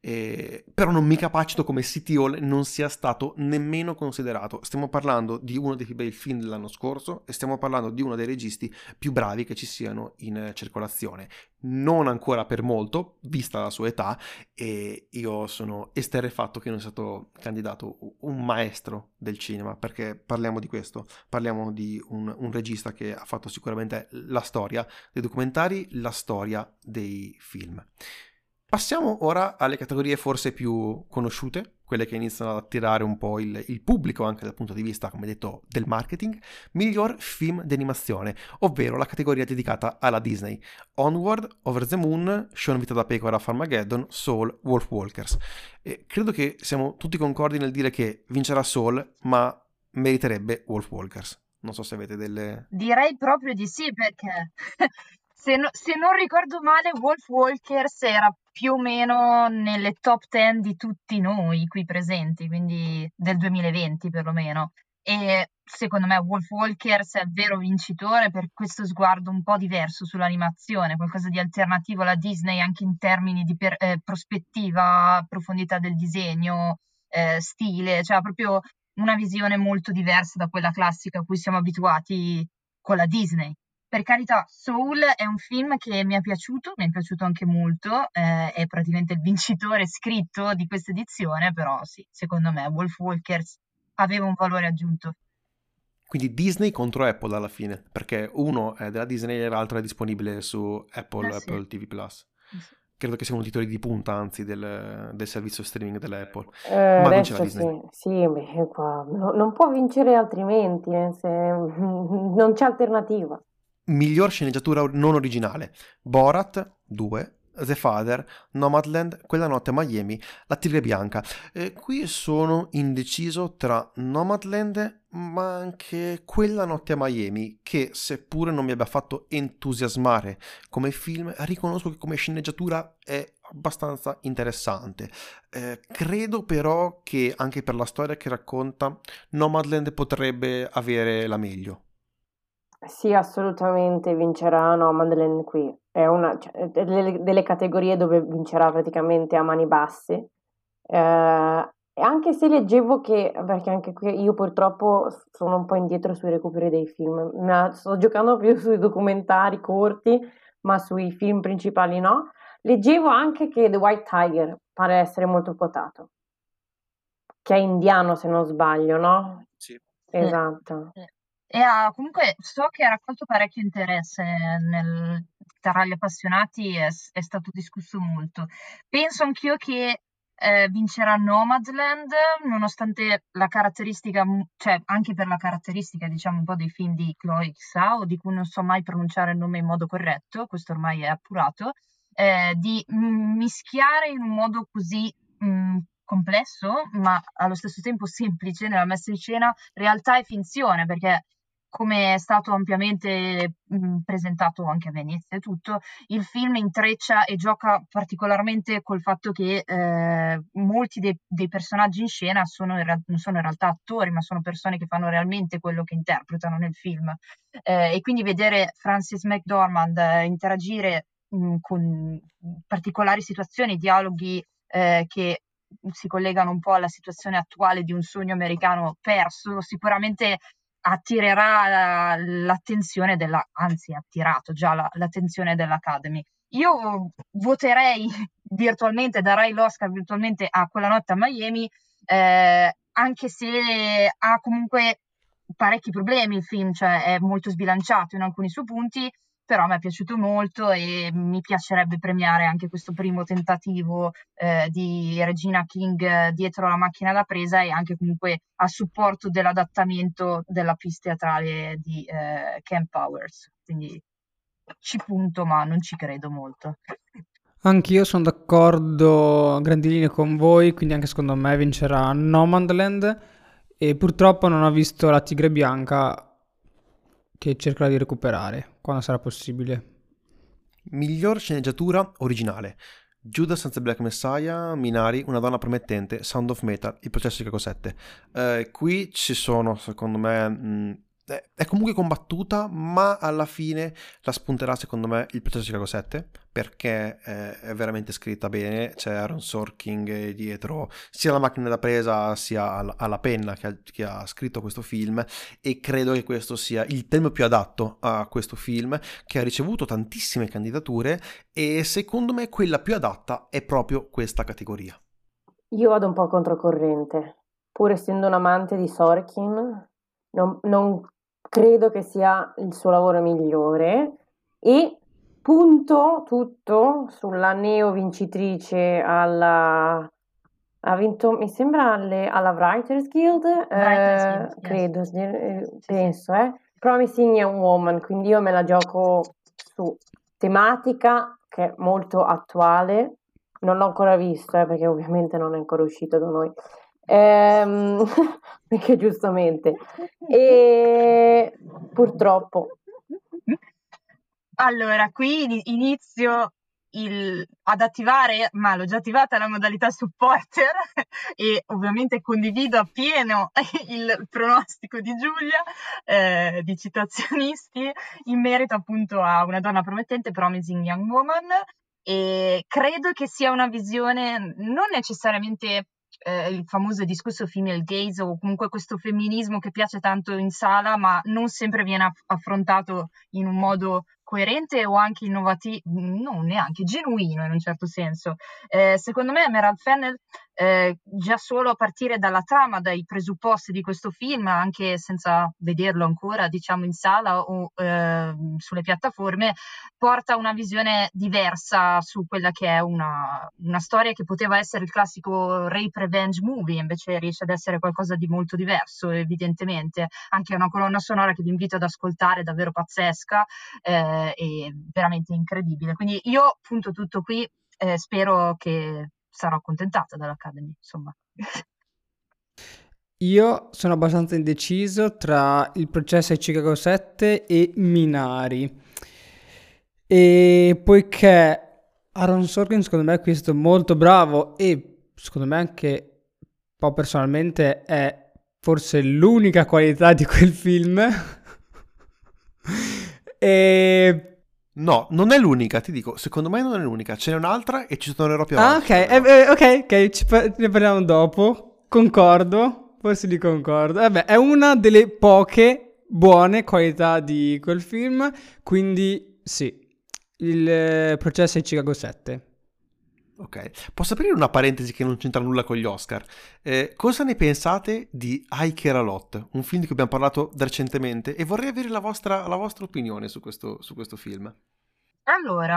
però non mi capacito come City Hall non sia stato nemmeno considerato. Stiamo parlando di uno dei più bei film dell'anno scorso e stiamo parlando di uno dei registi più bravi che ci siano in circolazione, non ancora per molto vista la sua età, e io sono esterrefatto che non sia stato candidato un maestro del cinema, perché parliamo di questo, parliamo di un regista che ha fatto sicuramente la storia dei documentari, la storia dei film. Passiamo ora alle categorie forse più conosciute, quelle che iniziano ad attirare un po' il pubblico anche dal punto di vista, come detto, del marketing. Miglior film d'animazione, ovvero la categoria dedicata alla Disney. Onward, Over the Moon, Shaun Vita da Pecora, Farmageddon, Soul, Wolf Walkers. E credo che siamo tutti concordi nel dire che vincerà Soul, ma meriterebbe Wolf Walkers. Non so se avete delle... Direi proprio di sì, perché se non ricordo male Wolf Walkers era più o meno nelle top 10 di tutti noi qui presenti, quindi del 2020 perlomeno. E secondo me Wolf Walkers è il vero vincitore per questo sguardo un po' diverso sull'animazione, qualcosa di alternativo alla Disney anche in termini di prospettiva, profondità del disegno, stile, cioè proprio una visione molto diversa da quella classica a cui siamo abituati con la Disney. Per carità, Soul è un film che mi è piaciuto anche molto, è praticamente il vincitore scritto di questa edizione, però sì, secondo me Wolf Walkers aveva un valore aggiunto. Quindi Disney contro Apple alla fine, perché uno è della Disney e l'altro è disponibile su Apple, sì. Apple TV+. Sì. Credo che siano titoli di punta, anzi, del servizio streaming dell'Apple. Ma vince la Disney. Sì, qua non può vincere altrimenti, non c'è alternativa. Miglior sceneggiatura non originale: Borat 2, The Father, Nomadland, Quella notte a Miami, La tigre bianca. Qui sono indeciso tra Nomadland ma anche Quella notte a Miami, che seppure non mi abbia fatto entusiasmare come film, riconosco che come sceneggiatura è abbastanza interessante. Credo però che anche per la storia che racconta Nomadland potrebbe avere la meglio. Sì, assolutamente vincerà Nomadland qui. È una delle categorie dove vincerà praticamente a mani basse. E anche se leggevo che, perché anche qui io purtroppo sono un po' indietro sui recuperi dei film, sto giocando più sui documentari corti, ma sui film principali no. Leggevo anche che The White Tiger pare essere molto quotato, che è indiano se non sbaglio, no? Sì. Esatto. E comunque so che ha raccolto parecchio interesse tra gli appassionati, è stato discusso molto. Penso anch'io che vincerà Nomadland, nonostante la caratteristica, cioè anche per la caratteristica, diciamo, un po' dei film di Chloe Zhao, di cui non so mai pronunciare il nome in modo corretto, questo ormai è appurato, di mischiare in un modo così complesso, ma allo stesso tempo semplice nella messa in scena, realtà e finzione, perché come è stato ampiamente presentato anche a Venezia e tutto, il film intreccia e gioca particolarmente col fatto che molti dei personaggi in scena non sono in realtà attori, ma sono persone che fanno realmente quello che interpretano nel film. E quindi vedere Frances McDormand interagire con particolari situazioni, dialoghi che si collegano un po' alla situazione attuale di un sogno americano perso, sicuramente attirerà l'attenzione anzi ha attirato già l'attenzione dell'Academy. Io voterei virtualmente, darei l'Oscar virtualmente a Quella notte a Miami, anche se ha comunque parecchi problemi il film, cioè è molto sbilanciato in alcuni suoi punti, però mi è piaciuto molto e mi piacerebbe premiare anche questo primo tentativo di Regina King dietro la macchina da presa e anche comunque a supporto dell'adattamento della pièce teatrale di Ken Powers. Quindi ci punto, ma non ci credo molto. Anch'io sono d'accordo a grandi linee con voi, quindi anche secondo me vincerà Nomadland e purtroppo non ho visto La Tigre Bianca, che cercherò di recuperare quando sarà possibile. Miglior sceneggiatura originale: Judas and the Black Messiah, Minari, Una donna promettente, Sound of Metal, Il processo di Chicago 7. Qui ci sono, secondo me, è comunque combattuta, ma alla fine la spunterà secondo me Il processo di Chicago 7, perché è veramente scritta bene. C'è Aaron Sorkin dietro sia alla macchina da presa sia alla penna che ha scritto questo film, e credo che questo sia il premio più adatto a questo film, che ha ricevuto tantissime candidature, e secondo me quella più adatta è proprio questa categoria. Io vado un po' controcorrente, pur essendo un amante di Sorkin, non credo che sia il suo lavoro migliore, e punto tutto sulla neo vincitrice ha vinto, mi sembra, alla Writers Guild, Writers Guild, yes. credo, Sì, penso, Promising Young Woman, quindi io me la gioco su tematica che è molto attuale. Non l'ho ancora visto, perché ovviamente non è ancora uscito da noi. Perché giustamente. E purtroppo. Allora, qui inizio ad attivare, ma l'ho già attivata la modalità supporter e ovviamente condivido appieno il pronostico di Giulia, di citazionisti, in merito appunto a Una donna promettente, Promising Young Woman, e credo che sia una visione non necessariamente il famoso discorso female gaze o comunque questo femminismo che piace tanto in sala ma non sempre viene affrontato in un modo coerente o anche innovativo, non neanche genuino in un certo senso. Secondo me Emerald Fennell, già solo a partire dalla trama, dai presupposti di questo film, anche senza vederlo ancora, diciamo in sala o sulle piattaforme, porta una visione diversa su quella che è una storia che poteva essere il classico rape revenge movie, invece riesce ad essere qualcosa di molto diverso, evidentemente. Anche una colonna sonora che vi invito ad ascoltare, davvero pazzesca, e veramente incredibile. Quindi io punto tutto qui, spero che sarò accontentata dall'Academy, insomma. Io sono abbastanza indeciso tra Il processo ai Chicago 7 e Minari, e poiché Aaron Sorkin secondo me è questo molto bravo e secondo me anche un po' personalmente è forse l'unica qualità di quel film. E No, non è l'unica, ti dico, secondo me non è l'unica, ce n'è un'altra e ci tornerò più avanti. ok, ne parliamo dopo. Concordo, forse li concordo. Vabbè, è una delle poche buone qualità di quel film, quindi sì, Il processo ai Chicago 7. Ok, posso aprire una parentesi che non c'entra nulla con gli Oscar? Cosa ne pensate di I Care a Lot, un film di cui abbiamo parlato recentemente, e vorrei avere la vostra opinione su questo film. Allora,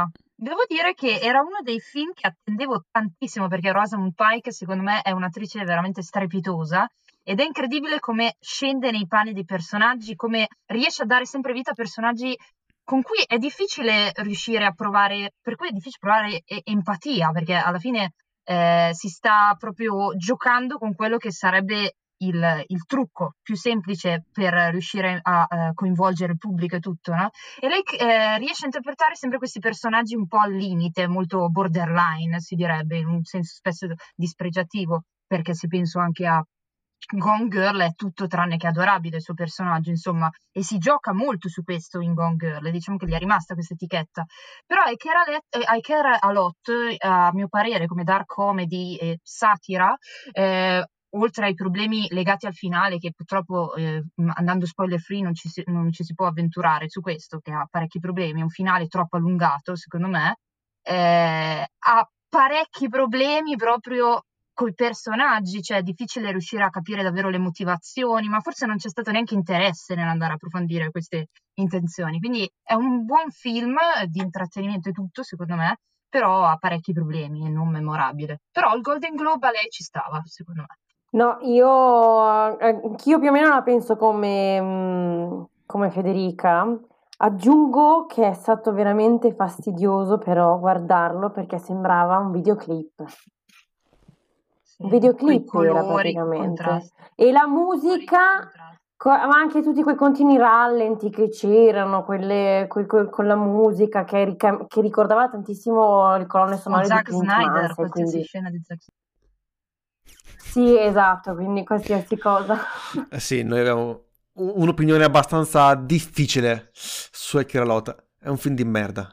Devo dire che era uno dei film che attendevo tantissimo perché Rosamund Pike, secondo me, è un'attrice veramente strepitosa ed è incredibile come scende nei panni dei personaggi, come riesce a dare sempre vita a personaggi con cui è difficile riuscire a provare, per cui è difficile provare empatia, perché alla fine si sta proprio giocando con quello che sarebbe il trucco più semplice per riuscire a coinvolgere il pubblico e tutto, no? E lei riesce a interpretare sempre questi personaggi un po' al limite, molto borderline, si direbbe, in un senso spesso dispregiativo, perché se penso anche a Gone Girl è tutto tranne che adorabile il suo personaggio, insomma, e si gioca molto su questo in Gone Girl, e diciamo che gli è rimasta questa etichetta. Però I Care A Lot, a mio parere, come dark comedy e satira, oltre ai problemi legati al finale, che purtroppo andando spoiler free non ci si può avventurare su questo, che ha parecchi problemi, è un finale troppo allungato, secondo me, ha parecchi problemi proprio coi personaggi, cioè è difficile riuscire a capire davvero le motivazioni, ma forse non c'è stato neanche interesse nell'andare a approfondire queste intenzioni. Quindi è un buon film di intrattenimento e tutto, secondo me, però ha parecchi problemi e non memorabile. Però il Golden Globe a lei ci stava, secondo me. No, anch'io più o meno la penso come Federica. Aggiungo che è stato veramente fastidioso però guardarlo perché sembrava un videoclip. Un Coi videoclip era colori, coi praticamente. contrasti. E la musica, ma anche tutti quei continui rallenti che c'erano, con la musica che ricordava tantissimo le colonne O sonore di Zack Clint Snyder, Mansell, qualsiasi quindi scena di Zack Snyder. sì, esatto, quindi qualsiasi cosa. Sì, noi abbiamo un'opinione abbastanza difficile su Akira. È un film di merda.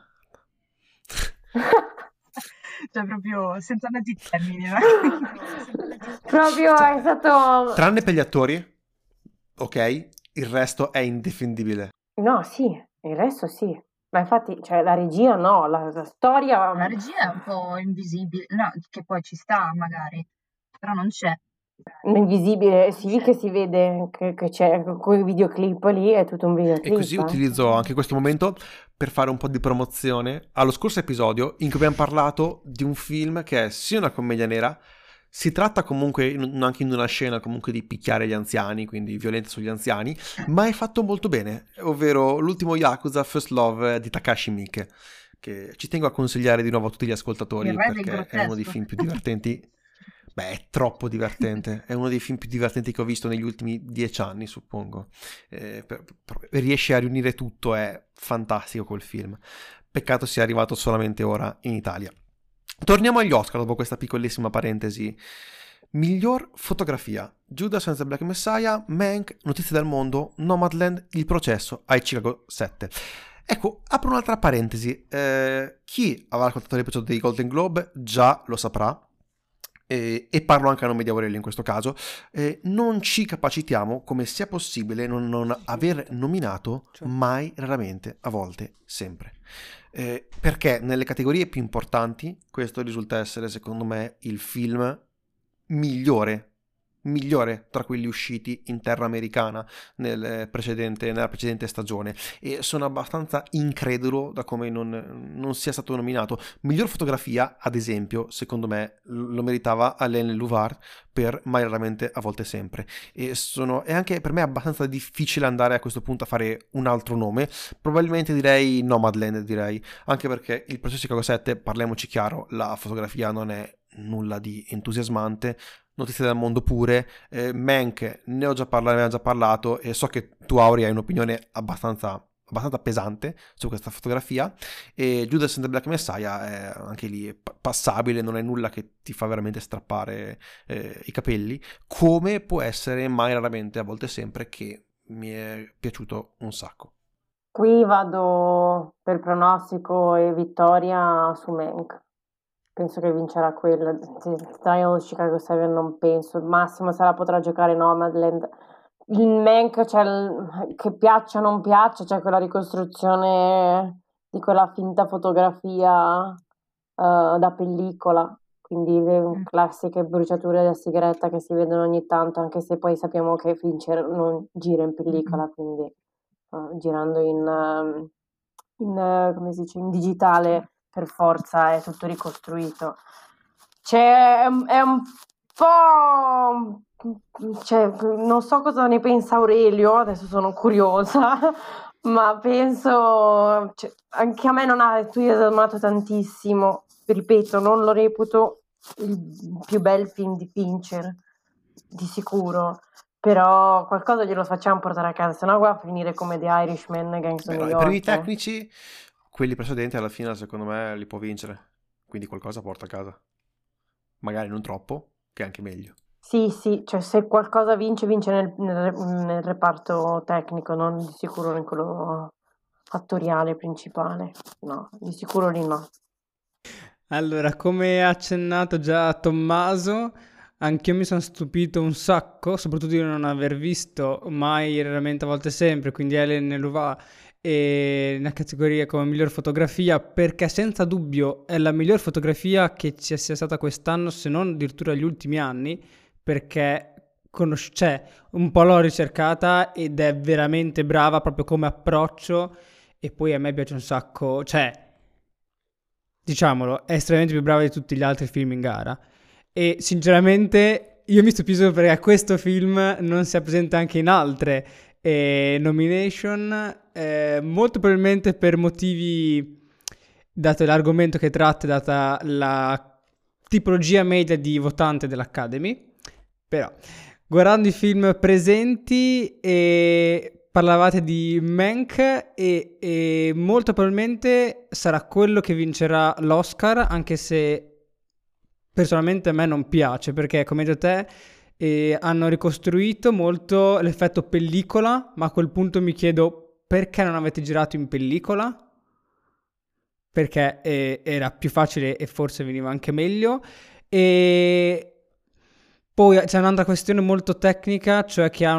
Cioè proprio senza mezzi termini, Proprio è stato... Tranne per gli attori, ok, il resto è indifendibile. No, sì, il resto sì. Ma infatti, cioè, la regia no, la storia... La regia è un po' invisibile, no, che poi ci sta magari, però non c'è. Invisibile, sì che si vede che c'è quei videoclip lì, è tutto un E videoclip. così utilizzo anche questo momento per fare un po' di promozione allo scorso episodio in cui abbiamo parlato di un film che è sì una commedia nera, si tratta comunque anche in una scena comunque di picchiare gli anziani, quindi violenza sugli anziani, ma è fatto molto bene, ovvero l'ultimo Yakuza First Love di Takashi Miike, che ci tengo a consigliare di nuovo a tutti gli ascoltatori Il re del perché è uno dei grottesco. film più divertenti. Beh, è troppo divertente, è uno dei film più divertenti che ho visto negli ultimi 10 anni, suppongo. Riesce a riunire tutto, è fantastico quel film. Peccato sia arrivato solamente ora in Italia. Torniamo agli Oscar dopo questa piccolissima parentesi. Miglior fotografia: Judas and the Black Messiah, Mank, Notizie del mondo, Nomadland, Il processo ai Chicago 7. Ecco, apro un'altra parentesi. Chi avrà ascoltato l'episodio dei Golden Globe già lo saprà, e parlo anche a nome di Aurelio in questo caso. Non ci capacitiamo come sia possibile non aver nominato mai, raramente, a volte, sempre. Perché nelle categorie più importanti questo risulta essere, secondo me, il film migliore tra quelli usciti in terra americana nella precedente stagione, e sono abbastanza incredulo da come non sia stato nominato. Miglior fotografia, ad esempio, secondo me lo meritava Alain Louvard per Mai raramente, a volte sempre, e è anche per me abbastanza difficile andare a questo punto a fare un altro nome. Probabilmente direi Nomadland, anche perché Il processo Chicago 7, parliamoci chiaro, la fotografia non è nulla di entusiasmante. Notizie del mondo pure. Mank ne aveva già parlato, e so che tu, Auri, hai un'opinione abbastanza pesante su questa fotografia, e Judas and the Black Messiah è anche lì passabile, non è nulla che ti fa veramente strappare i capelli, come può essere Mai raramente, a volte sempre, che mi è piaciuto un sacco. Qui vado per pronostico e vittoria su Mank. Penso che vincerà quello. Trial Chicago 7 non penso. Al massimo se la potrà giocare Nomadland. Il Mank, che piaccia o non piaccia, c'è quella ricostruzione di quella finta fotografia da pellicola. Quindi le classiche bruciature da sigaretta che si vedono ogni tanto, anche se poi sappiamo che Fincher non gira in pellicola, quindi girando come si dice, in digitale per forza è tutto ricostruito. È un po'... Cioè, non so cosa ne pensa Aurelio, adesso sono curiosa, ma penso... Cioè, anche a me non ha entusiasmato tantissimo, ripeto, non lo reputo il più bel film di Fincher, di sicuro, però qualcosa glielo facciamo portare a casa, sennò va a finire come The Irishman, Gangs of New I York. primi tecnici, quelli precedenti, alla fine secondo me li può vincere, quindi qualcosa porta a casa. Magari non troppo, che è anche meglio. Sì, cioè se qualcosa vince nel reparto tecnico, non di sicuro in quello attoriale principale. No, di sicuro lì no. Allora, come ha accennato già Tommaso, anch'io mi sono stupito un sacco, soprattutto di non aver visto mai, raramente, a volte sempre, quindi Hélène Nelouva e una categoria come miglior fotografia, perché senza dubbio è la miglior fotografia che ci sia stata quest'anno, se non addirittura gli ultimi anni, perché cioè, un po' l'ho ricercata ed è veramente brava proprio come approccio, e poi a me piace un sacco, cioè, diciamolo, è estremamente più brava di tutti gli altri film in gara. E sinceramente io mi stupisco perché questo film non sia presente anche in altre nomination, molto probabilmente per motivi, dato l'argomento che tratta, data la tipologia media di votante dell'Academy. Però, guardando i film presenti, parlavate di Mank e molto probabilmente sarà quello che vincerà l'Oscar, anche se personalmente a me non piace, perché come hai detto te hanno ricostruito molto l'effetto pellicola, ma a quel punto mi chiedo perché non avete girato in pellicola? Perché era più facile e forse veniva anche meglio. E poi c'è un'altra questione molto tecnica, cioè che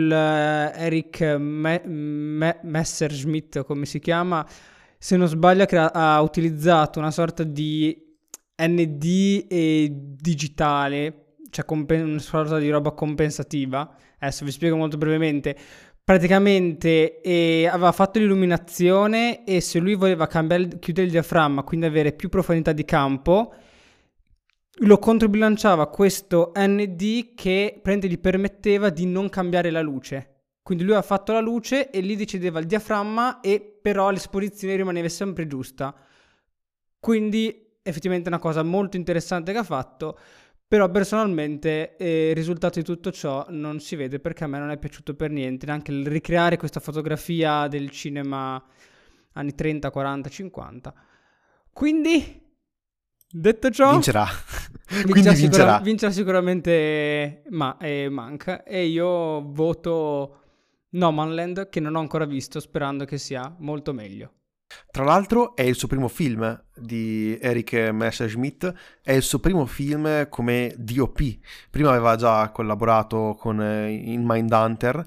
Eric Messerschmitt, come si chiama, se non sbaglio, che ha utilizzato una sorta di ND digitale, cioè una sorta di roba compensativa. Adesso vi spiego molto brevemente. Praticamente aveva fatto l'illuminazione e se lui voleva chiudere il diaframma, quindi avere più profondità di campo, lo controbilanciava questo ND che gli permetteva di non cambiare la luce. Quindi lui ha fatto la luce e lì decideva il diaframma, e però l'esposizione rimaneva sempre giusta. Quindi effettivamente è una cosa molto interessante che ha fatto, però personalmente il risultato di tutto ciò non si vede, perché a me non è piaciuto per niente, neanche il ricreare questa fotografia del cinema anni 30, 40, 50. Quindi, detto ciò, Vincerà. Quindi vincerà. Vincerà sicuramente Mank, e io voto Nomadland, che non ho ancora visto, sperando che sia molto meglio. Tra l'altro è il suo primo film di Eric Messerschmitt, è il suo primo film come DOP. Prima aveva già collaborato in Mindhunter,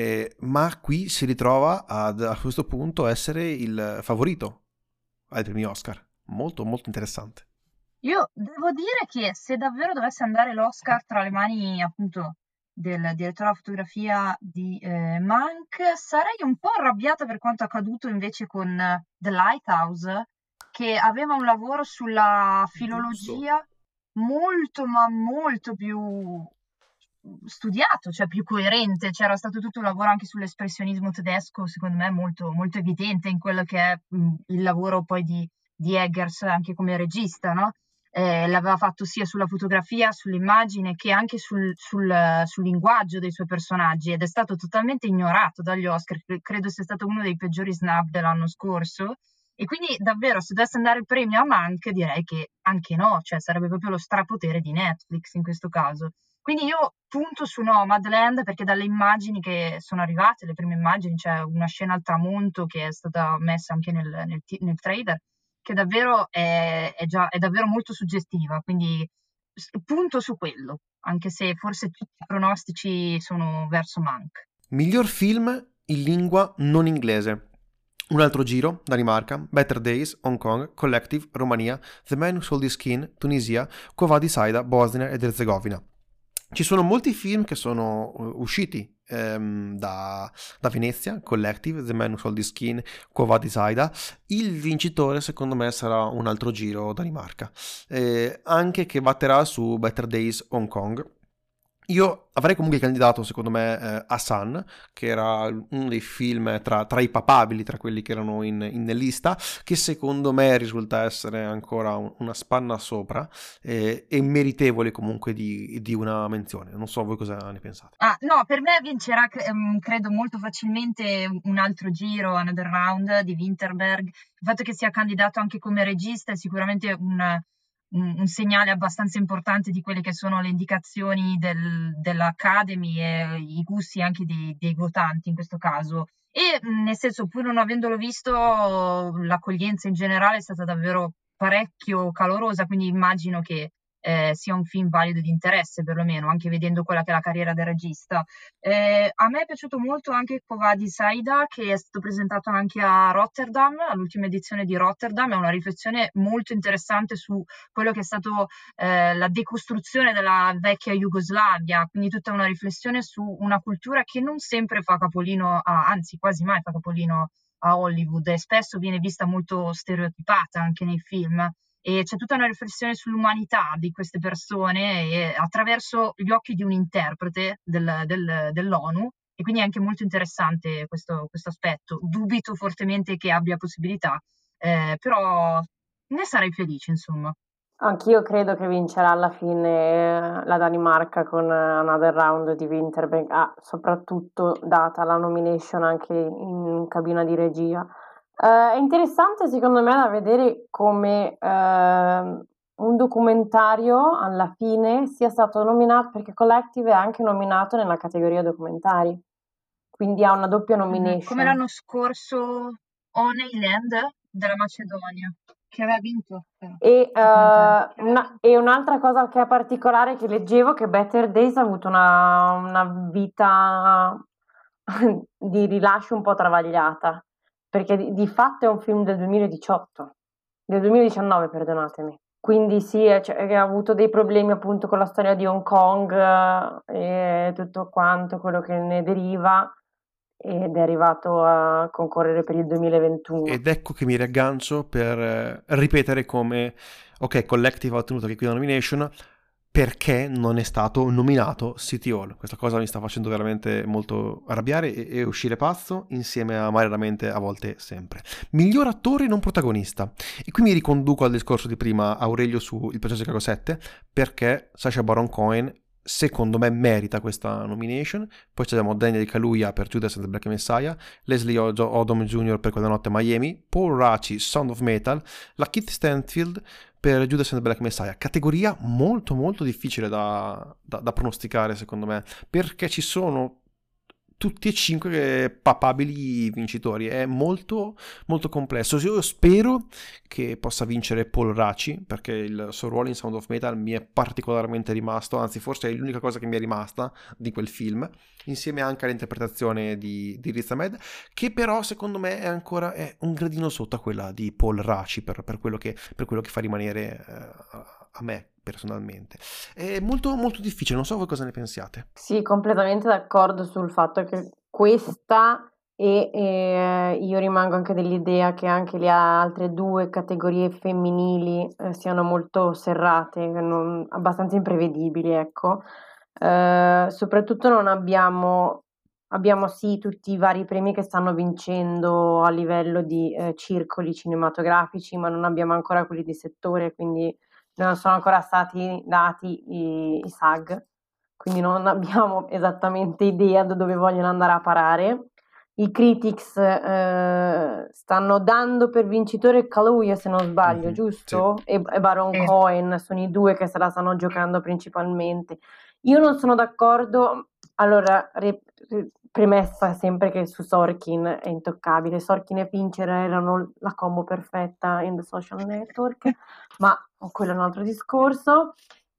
ma qui si ritrova a questo punto essere il favorito ai primi Oscar. Molto molto interessante. Io devo dire che se davvero dovesse andare l'Oscar tra le mani appunto del direttore della fotografia di Mank, sarei un po' arrabbiata per quanto accaduto invece con The Lighthouse, che aveva un lavoro sulla filologia molto ma molto più studiato, cioè più coerente. C'era stato tutto un lavoro anche sull'espressionismo tedesco, secondo me molto, molto evidente in quello che è il lavoro poi di Eggers anche come regista, no? L'aveva fatto sia sulla fotografia, sull'immagine, che anche sul linguaggio dei suoi personaggi, ed è stato totalmente ignorato dagli Oscar. Credo sia stato uno dei peggiori snub dell'anno scorso, e quindi davvero se dovesse andare il premio a Mank direi che anche no, cioè sarebbe proprio lo strapotere di Netflix in questo caso. Quindi io punto su Nomadland, perché dalle immagini che sono arrivate, le prime immagini, c'è una scena al tramonto che è stata messa anche nel trailer, che davvero è davvero molto suggestiva, quindi punto su quello, anche se forse tutti i pronostici sono verso Mank. Miglior film in lingua non inglese. Un altro giro: Danimarca, Better Days, Hong Kong, Collective, Romania, The Man Who Sold His Skin, Tunisia, Quo Vadis Aida, Bosnia ed Erzegovina. Ci sono molti film che sono usciti da Venezia, Collective, The Man Who Sold His Skin, Quo Vadis Aida. Il vincitore secondo me sarà un altro giro Danimarca, anche che batterà su Better Days Hong Kong. Io avrei comunque candidato, secondo me, Hassan, che era uno dei film tra i papabili, tra quelli che erano in lista, che secondo me risulta essere ancora una spanna sopra e meritevole comunque di una menzione. Non so voi cosa ne pensate. No, per me vincerà, credo, molto facilmente un altro giro, Another Round di Winterberg. Il fatto che sia candidato anche come regista è sicuramente un segnale abbastanza importante di quelle che sono le indicazioni dell'Academy e i gusti anche dei votanti in questo caso. E nel senso, pur non avendolo visto, l'accoglienza in generale è stata davvero parecchio calorosa, quindi immagino che sia un film valido di interesse, perlomeno, anche vedendo quella che è la carriera del regista. A me è piaciuto molto anche Quo Vadis Aida, che è stato presentato anche a Rotterdam, all'ultima edizione di Rotterdam. È una riflessione molto interessante su quello che è stato la decostruzione della vecchia Jugoslavia, quindi tutta una riflessione su una cultura che non sempre fa capolino, anzi quasi mai fa capolino a Hollywood, e spesso viene vista molto stereotipata anche nei film. E c'è tutta una riflessione sull'umanità di queste persone e attraverso gli occhi di un interprete dell'ONU, e quindi è anche molto interessante questo aspetto. Dubito fortemente che abbia possibilità, però ne sarei felice, insomma. Anch'io credo che vincerà alla fine la Danimarca con Another Round di Winterberg, soprattutto data la nomination anche in cabina di regia. È interessante secondo me da vedere come un documentario alla fine sia stato nominato, perché Collective è anche nominato nella categoria documentari, quindi ha una doppia nomination. Come l'anno scorso Honeyland della Macedonia, che aveva vinto. E un'altra cosa che è particolare che leggevo, che Better Days ha avuto una vita di rilascio un po' travagliata, perché di fatto è un film del 2019, perdonatemi. Quindi sì, ha avuto dei problemi appunto con la storia di Hong Kong e tutto quanto quello che ne deriva, ed è arrivato a concorrere per il 2021. Ed ecco che mi riaggancio per ripetere come, ok, Collective ha ottenuto anche qui la nomination, perché non è stato nominato City Hall. Questa cosa mi sta facendo veramente molto arrabbiare e uscire pazzo, insieme a Mare Raramente, a volte sempre. Miglior attore non protagonista. E qui mi riconduco al discorso di prima, Aurelio, su Il processo Chicago 7, perché Sacha Baron Cohen secondo me merita questa nomination. Poi abbiamo Daniel Kaluuya per Judas and the Black Messiah, Leslie Odom Jr. per Quella notte a Miami, Paul Raci, Sound of Metal, la Keith Stanfield per Judas and the Black Messiah. Categoria molto molto difficile da pronosticare secondo me, perché ci sono tutti e 5 papabili vincitori. È molto molto complesso. Io spero che possa vincere Paul Raci, perché il suo ruolo in Sound of Metal mi è particolarmente rimasto, anzi forse è l'unica cosa che mi è rimasta di quel film, insieme anche all'interpretazione di Riz Ahmed, che però secondo me è un gradino sotto a quella di Paul Raci per quello che fa rimanere a me personalmente. È molto molto difficile, non so voi cosa ne pensiate. Sì, completamente d'accordo sul fatto che questa e io rimango anche dell'idea che anche le altre 2 categorie femminili siano molto serrate, abbastanza imprevedibili, ecco. Soprattutto non abbiamo sì tutti i vari premi che stanno vincendo a livello di circoli cinematografici, ma non abbiamo ancora quelli di settore, quindi non sono ancora stati dati i SAG, quindi non abbiamo esattamente idea da dove vogliono andare a parare. I critics stanno dando per vincitore Kaluuya, se non sbaglio, giusto? Sì. E Baron Cohen sono i 2 che se la stanno giocando principalmente. Io non sono d'accordo. Allora, premessa sempre che su Sorkin è intoccabile. Sorkin e Fincher erano la combo perfetta in The Social Network, ma quello è un altro discorso.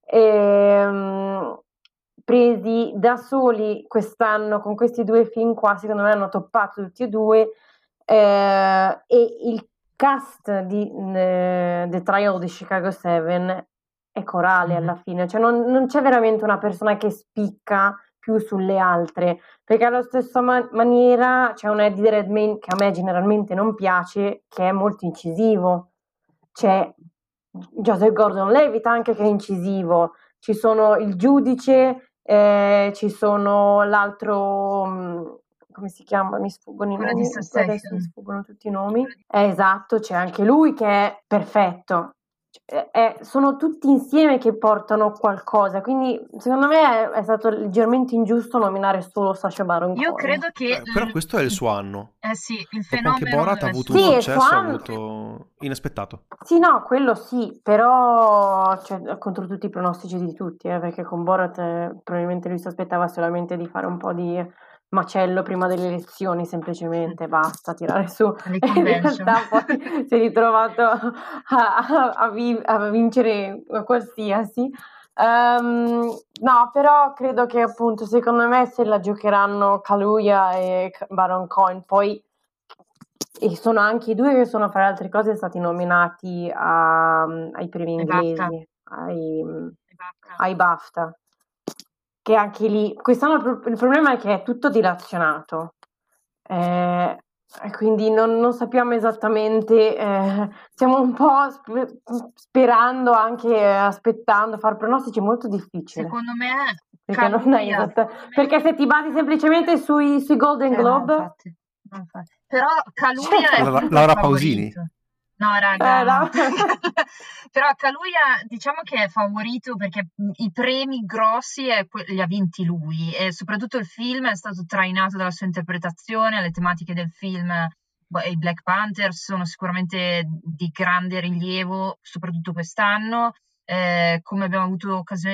Presi da soli quest'anno con questi 2 film qua, secondo me hanno toppato tutti e 2, e il cast di The Trial di Chicago 7 è corale alla fine, cioè non c'è veramente una persona che spicca più sulle altre, perché alla stessa maniera c'è un Eddie Redmayne che a me generalmente non piace, che è molto incisivo. C'è Joseph Gordon-Levitt anche che è incisivo, ci sono il giudice, ci sono l'altro, come si chiama? Mi sfuggono i Quello di nomi, adesso mi Succession. sfuggono tutti i nomi. Esatto, c'è anche lui che è perfetto. Sono tutti insieme che portano qualcosa, quindi secondo me è stato leggermente ingiusto nominare solo Sacha Baron Io Cohen. credo che Però questo è il suo anno. sì, il Dopo anche fenomeno Borat ha è avuto un Sì, è il successo, suo ha anno. avuto inaspettato. Sì, no, quello sì, però cioè, contro tutti i pronostici di tutti, perché con Borat probabilmente lui si aspettava solamente di fare un po' di macello prima delle elezioni, semplicemente, basta tirare su. alle E in convention. realtà poi si è ritrovato a vincere qualsiasi. No, però credo che appunto, secondo me, se la giocheranno Kaluuya e Baron Cohen, poi e sono anche i due che sono, fra le altre cose, stati nominati ai premi E BAFTA. inglesi, ai, E BAFTA. ai BAFTA. Che anche lì, quest'anno il problema è che è tutto dilazionato. E quindi non sappiamo esattamente, stiamo un po' sperando, anche aspettando, far pronostici è molto difficile. Secondo me Perché non è Kaluuya, perché se ti basi semplicemente sui Golden no, Globe, infatti, no, infatti. Però Kaluuya è Laura, comunque Laura il Pausini. favorito. No, raga, no. no. Però Kaluuya diciamo che è favorito perché i premi grossi li ha vinti lui e soprattutto il film è stato trainato dalla sua interpretazione, le tematiche del film e i Black Panther sono sicuramente di grande rilievo, soprattutto quest'anno. Come abbiamo avuto occasione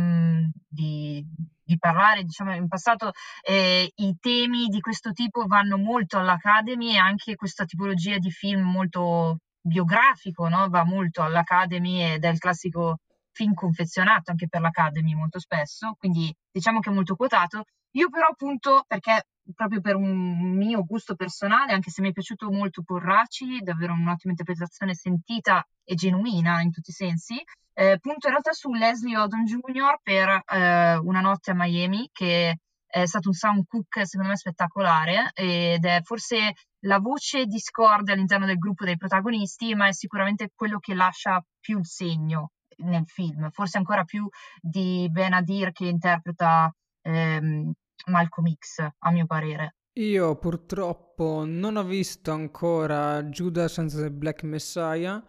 di parlare, diciamo, in passato, i temi di questo tipo vanno molto all'Academy e anche questa tipologia di film molto biografico, no? Va molto all'Academy ed è il classico film confezionato anche per l'Academy molto spesso, quindi diciamo che è molto quotato. Io però appunto, perché proprio per un mio gusto personale, anche se mi è piaciuto molto Porraci, davvero un'ottima interpretazione sentita e genuina in tutti i sensi, punto in realtà su Leslie Odom Jr. per Una notte a Miami, che è stato un sound cook secondo me spettacolare ed è forse la voce discorde all'interno del gruppo dei protagonisti, ma è sicuramente quello che lascia più il segno nel film, forse ancora più di Ben Adir che interpreta Malcolm X, a mio parere. Io purtroppo non ho visto ancora Judas and the Black Messiah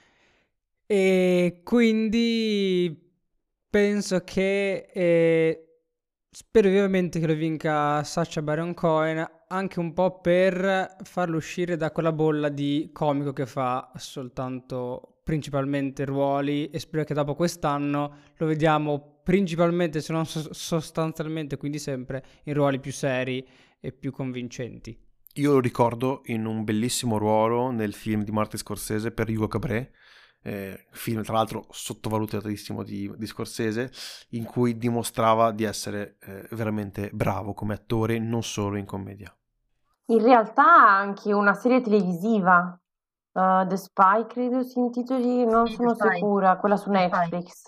e quindi penso che spero vivamente che lo vinca Sacha Baron Cohen, anche un po' per farlo uscire da quella bolla di comico che fa soltanto principalmente ruoli, e spero che dopo quest'anno lo vediamo principalmente, se non sostanzialmente, quindi sempre in ruoli più seri e più convincenti. Io lo ricordo in un bellissimo ruolo nel film di Martin Scorsese per Hugo Cabret, film tra l'altro sottovalutatissimo di Scorsese, in cui dimostrava di essere veramente bravo come attore, non solo in commedia. In realtà ha anche una serie televisiva, The Spy credo si intitoli, non Sì, sono The Spy. sicura, quella su The Spy. Netflix.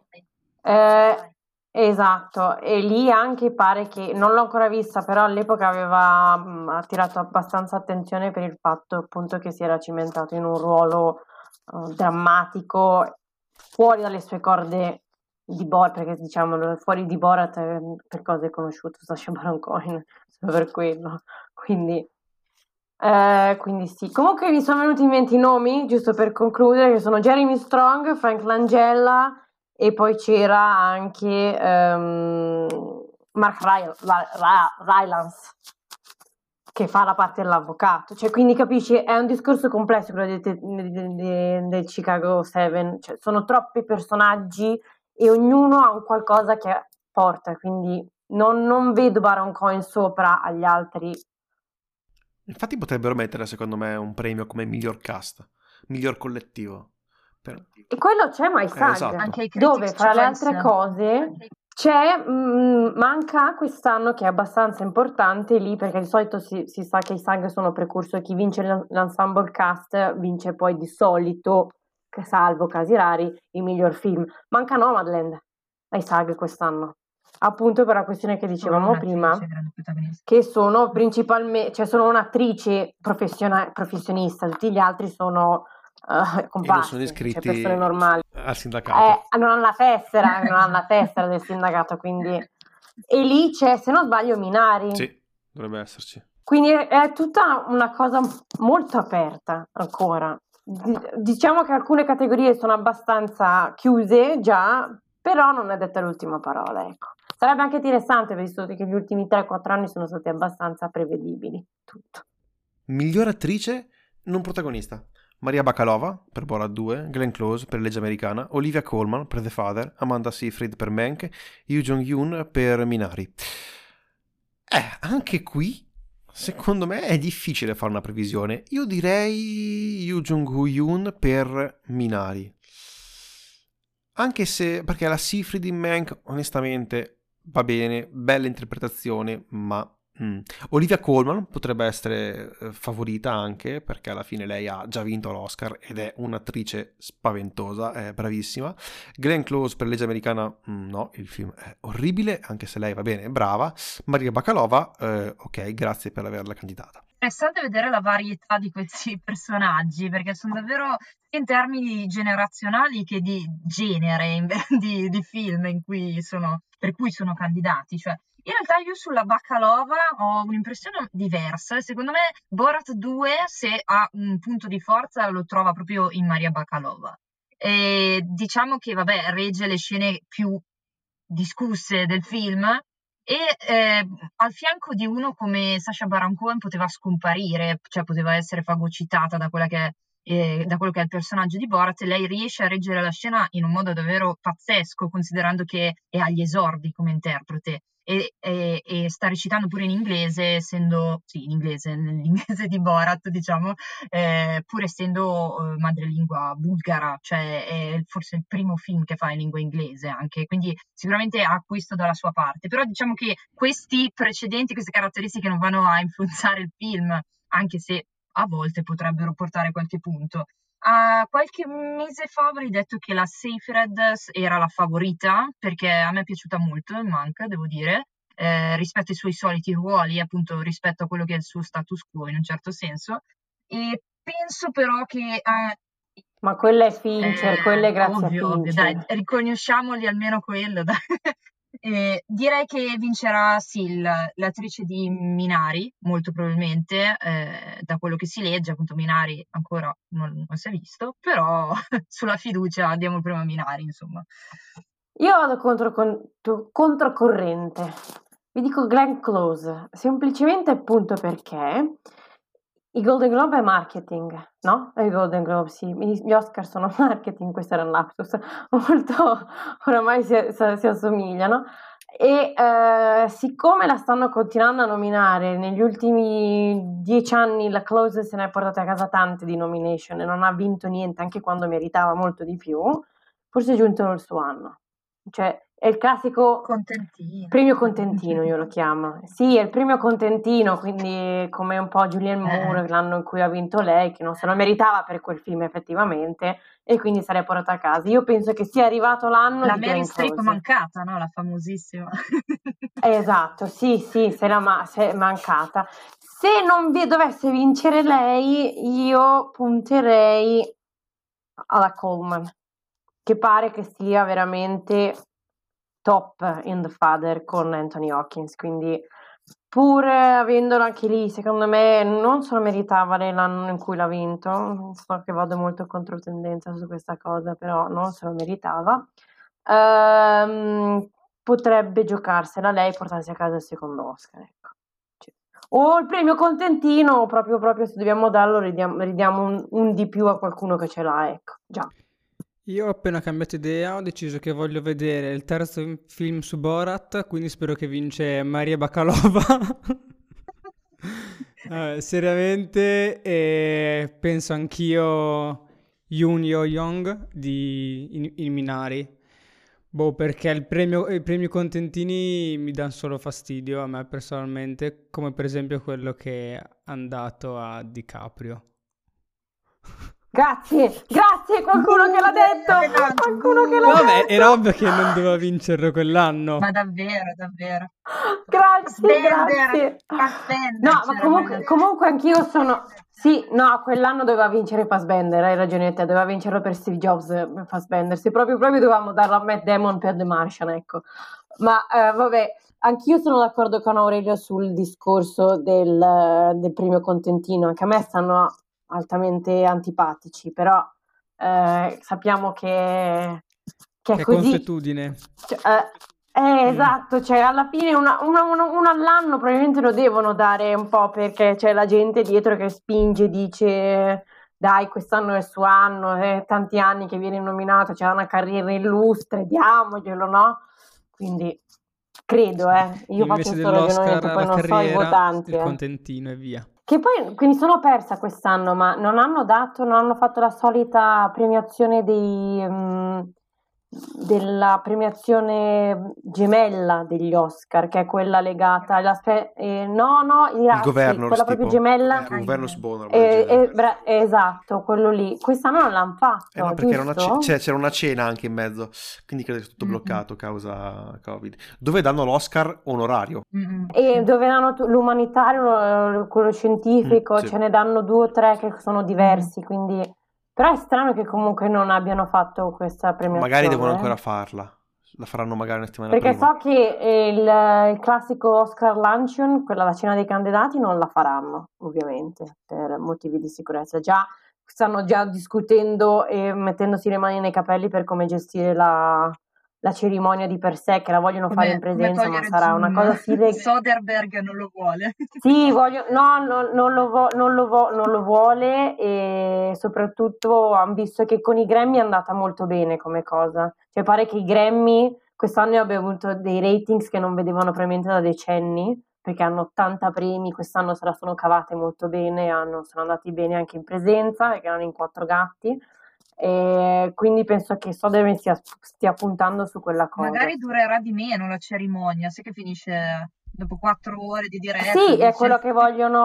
Esatto, e lì anche pare che, non l'ho ancora vista, però all'epoca aveva attirato abbastanza attenzione per il fatto appunto che si era cimentato in un ruolo drammatico fuori dalle sue corde di Borat, perché diciamo fuori di Borat per cosa è conosciuto Sacha Baron Cohen, solo per quello, quindi sì. Comunque mi sono venuti in mente i nomi, giusto per concludere, che sono Jeremy Strong, Frank Langella e poi c'era anche Mark Rylance che fa la parte dell'avvocato, cioè quindi capisci è un discorso complesso quello del Chicago 7, cioè, sono troppi personaggi e ognuno ha un qualcosa che porta, quindi non vedo Baron Cohen sopra agli altri. Infatti potrebbero mettere secondo me un premio come miglior cast, miglior collettivo. E quello c'è MySAG, esatto. Anche i dove Critics' fra le Choice. altre cose manca quest'anno che è abbastanza importante lì, perché di solito si sa che i SAG sono precursori, chi vince l'ensemble cast vince poi di solito, salvo casi rari, il miglior film. Manca Nomadland ai SAG quest'anno. appunto per la questione che dicevamo prima, grande protagonista. che sono principalmente, cioè sono un'attrice professionista, tutti gli altri sono comparsi, sono iscritti cioè persone normali. al sindacato. Non hanno la tessera, non hanno la tessera del sindacato, quindi... E lì c'è, se non sbaglio, Minari. Sì, dovrebbe esserci. Quindi è tutta una cosa molto aperta ancora. Diciamo che alcune categorie sono abbastanza chiuse già, però non è detta l'ultima parola, ecco. Sarebbe anche interessante, visto che gli ultimi 3-4 anni sono stati abbastanza prevedibili. Tutto. Miglior attrice non protagonista. Maria Bakalova per Borat 2, Glenn Close per Legge Americana, Olivia Colman per The Father, Amanda Seyfried per Mank, Yoo Jong-yoon per Minari. Anche qui, secondo me, è difficile fare una previsione. Io direi Yoo Jong-yoon per Minari. Anche se, perché la Seyfried in Mank, onestamente, va bene, bella interpretazione, ma... Olivia Colman potrebbe essere favorita anche perché alla fine lei ha già vinto l'Oscar ed è un'attrice spaventosa, è bravissima. Glenn Close per Legge Americana, no, il film è orribile, anche se lei va bene, è brava. Maria Bakalova, ok, grazie per averla candidata. Interessante vedere la varietà di questi personaggi, perché sono davvero sia in termini generazionali che di genere di film per cui sono candidati. Cioè, in realtà io sulla Bakalova ho un'impressione diversa. Secondo me Borat 2, se ha un punto di forza, lo trova proprio in Maria Bakalova. E diciamo che, vabbè, regge le scene più discusse del film, e al fianco di uno come Sacha Baron Cohen poteva scomparire, cioè poteva essere fagocitata da quello che è il personaggio di Borat, e lei riesce a reggere la scena in un modo davvero pazzesco, considerando che è agli esordi come interprete e sta recitando pure in inglese, nell'inglese di Borat, diciamo, pur essendo madrelingua bulgara, cioè è forse il primo film che fa in lingua inglese anche, quindi sicuramente ha questo dalla sua parte. Però diciamo che queste caratteristiche non vanno a influenzare il film, anche se a volte potrebbero portare qualche punto. Qualche mese fa avrei detto che la Seyfried era la favorita, perché a me è piaciuta molto in Mank, devo dire, rispetto ai suoi soliti ruoli, appunto rispetto a quello che è il suo status quo in un certo senso. E penso però che... Ma quella è Fincher, quella è grazie a ovvio, Fincher. dai, riconosciamogli almeno quello, dai. Direi che vincerà sì l'attrice di Minari, molto probabilmente, da quello che si legge, appunto Minari ancora non si è visto, però sulla fiducia diamo prima a Minari, insomma. Io vado controcorrente. Vi dico Glenn Close, semplicemente appunto perché i Golden Globe è marketing, no? I Golden Globe, sì, gli Oscar sono marketing, questo era un lapsus, molto oramai si assomigliano. E siccome la stanno continuando a nominare, negli ultimi 10 anni la Close se ne è portata a casa tante di nomination e non ha vinto niente, anche quando meritava molto di più, forse è giunto il suo anno. Cioè, è il classico premio contentino, io lo chiamo. Sì, è il premio contentino, quindi come un po' Julianne Moore, l'anno in cui ha vinto lei, che non se lo meritava per quel film effettivamente, e quindi se l'è portata a casa. Io penso che sia arrivato l'anno la di Meryl Glenn Streep Close. mancata, no? La famosissima. Esatto, sì, se è mancata. Se non dovesse vincere lei, io punterei alla Colman, che pare che sia veramente top in The Father con Anthony Hopkins, quindi pur avendolo anche lì, secondo me non se lo meritava lei l'anno in cui l'ha vinto. So che vado molto contro tendenza su questa cosa, però non se lo meritava. Potrebbe giocarsela lei, portarsi a casa il secondo Oscar, ecco. O il premio contentino, o proprio se dobbiamo darlo, ridiamo un di più a qualcuno che ce l'ha, ecco, già. Io ho appena cambiato idea, ho deciso che voglio vedere il terzo film su Borat, quindi spero che vince Maria Bakalova. Seriamente, penso anch'io Yoon Yo-young in Minari. Perché i premi contentini mi danno solo fastidio a me personalmente, come per esempio quello che è andato a DiCaprio. Grazie, qualcuno che l'ha detto, qualcuno che l'ha Vabbè, detto. era ovvio che non doveva vincerlo quell'anno. Ma davvero, davvero. Grazie. Fassbender No, ma c'era comunque anch'io sono... Sì, no, quell'anno doveva vincere Fassbender, hai ragione te, doveva vincerlo per Steve Jobs, Fassbender, se proprio dovevamo darlo a Matt Damon per The Martian, ecco. Ma vabbè, anch'io sono d'accordo con Aurelio sul discorso del premio Contentino, anche a me stanno altamente antipatici, però sappiamo che è Che è così. consuetudine. Esatto, cioè alla fine uno all'anno probabilmente lo devono dare un po' perché c'è la gente dietro che spinge, dice dai, quest'anno è il suo anno, è tanti anni che viene nominato, c'è una carriera illustre, diamoglielo, no? Quindi credo, io faccio Invece questo ragionamento, dell'Oscar poi alla non so i carriera, votanti. il Contentino e via. Che poi, quindi sono persa quest'anno, ma non hanno fatto la solita premiazione della premiazione gemella degli Oscar, che è quella legata no, i Il Razzi, Governors, quella proprio tipo. gemella. Il Governors Bowl, una roba del genere. Esatto, quello lì. Quest'anno non l'hanno fatto, No, perché giusto? c'era una cena anche in mezzo, quindi credo sia tutto bloccato causa Covid. Dove danno l'Oscar onorario. E dove hanno l'umanitario, quello scientifico, Sì. ce ne danno 2 o 3 che sono diversi, quindi... Però è strano che comunque non abbiano fatto questa premiazione. Magari devono ancora farla. La faranno magari una settimana Perché prima. so che il classico Oscar Luncheon, quella la cena dei candidati, non la faranno, ovviamente, per motivi di sicurezza. Stanno già discutendo e mettendosi le mani nei capelli per come gestire la cerimonia di per sé, che la vogliono fare in come presenza, ma togliere sarà una cosa Soderbergh non lo vuole. Sì, non lo vuole e soprattutto hanno visto che con i Grammy è andata molto bene come cosa. Cioè pare che i Grammy quest'anno abbiano avuto dei ratings che non vedevano probabilmente da decenni, perché hanno 80 premi, quest'anno se la sono cavate molto bene, sono andati bene anche in presenza, perché erano in 4 gatti. E quindi penso che Soderbergh stia puntando su quella cosa. Magari durerà di meno la cerimonia, sai che finisce dopo 4 ore di diretta. Sì, è quello che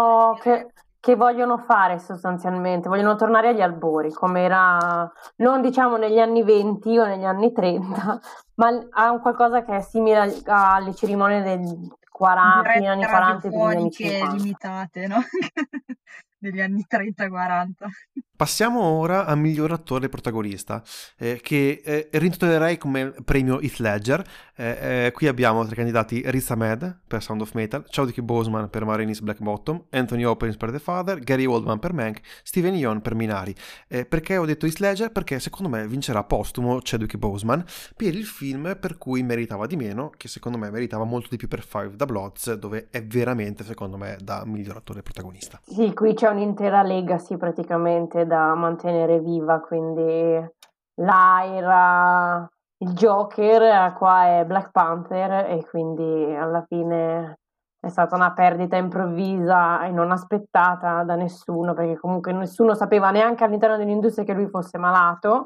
vogliono fare sostanzialmente, vogliono tornare agli albori, come era, non diciamo negli anni 20 o negli anni 30, ma ha un qualcosa che è simile alle cerimonie del 40, fine anni 40 e degli anni 50. Limitate, no? Degli anni 30-40. Passiamo ora al miglior attore protagonista, che rintitolerei come premio Heath Ledger. Qui abbiamo tra i candidati Riz Ahmed per Sound of Metal, Chadwick Boseman per Ma Rainey's Black Bottom, Anthony Hopkins per The Father, Gary Oldman per Mank, Steven Yeun per Minari. Perché ho detto Heath Ledger? Perché secondo me vincerà postumo Chadwick Boseman per il film per cui meritava di meno, che secondo me meritava molto di più per Five the Bloods, dove è veramente, secondo me, da miglior attore protagonista. Sì, qui c'è un'intera legacy praticamente da mantenere viva, quindi l'Aira, il Joker, qua è Black Panther e quindi alla fine è stata una perdita improvvisa e non aspettata da nessuno, perché comunque nessuno sapeva neanche all'interno dell'industria che lui fosse malato.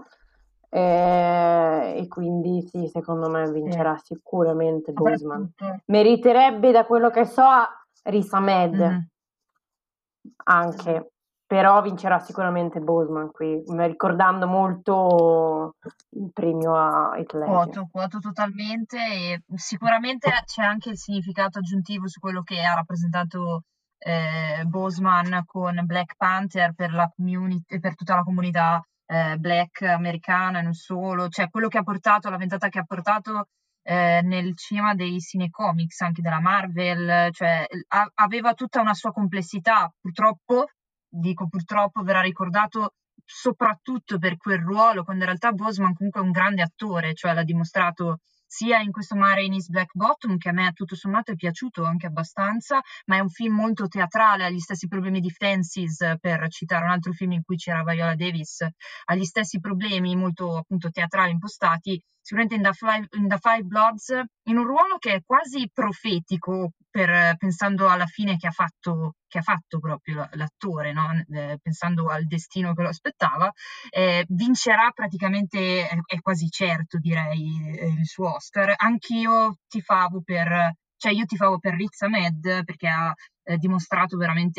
E quindi sì, secondo me vincerà sicuramente Boseman. Meriterebbe, da quello che so, Riz Ahmed anche, però vincerà sicuramente Boseman qui, ricordando molto il premio a Heath Ledger. Quoto totalmente, e sicuramente c'è anche il significato aggiuntivo su quello che ha rappresentato Boseman con Black Panther per la community, per tutta la comunità black americana e non solo, cioè quello che ha portato, la ventata che ha portato nel cinema dei cinecomics, anche della Marvel, cioè aveva tutta una sua complessità. Purtroppo verrà ricordato soprattutto per quel ruolo, quando in realtà Boseman comunque è un grande attore, cioè l'ha dimostrato sia in questo Ma Rainey's Black Bottom, che a me tutto sommato è piaciuto anche abbastanza, ma è un film molto teatrale, ha gli stessi problemi di Fences, per citare un altro film in cui c'era Viola Davis, ha gli stessi problemi molto appunto teatrali impostati, sicuramente in The Five Bloods, in un ruolo che è quasi profetico, pensando alla fine che ha fatto proprio l'attore, no? Pensando al destino che lo aspettava, vincerà praticamente, è quasi certo direi, il suo Oscar. Anch'io tifavo per Riz Ahmed, perché ha dimostrato veramente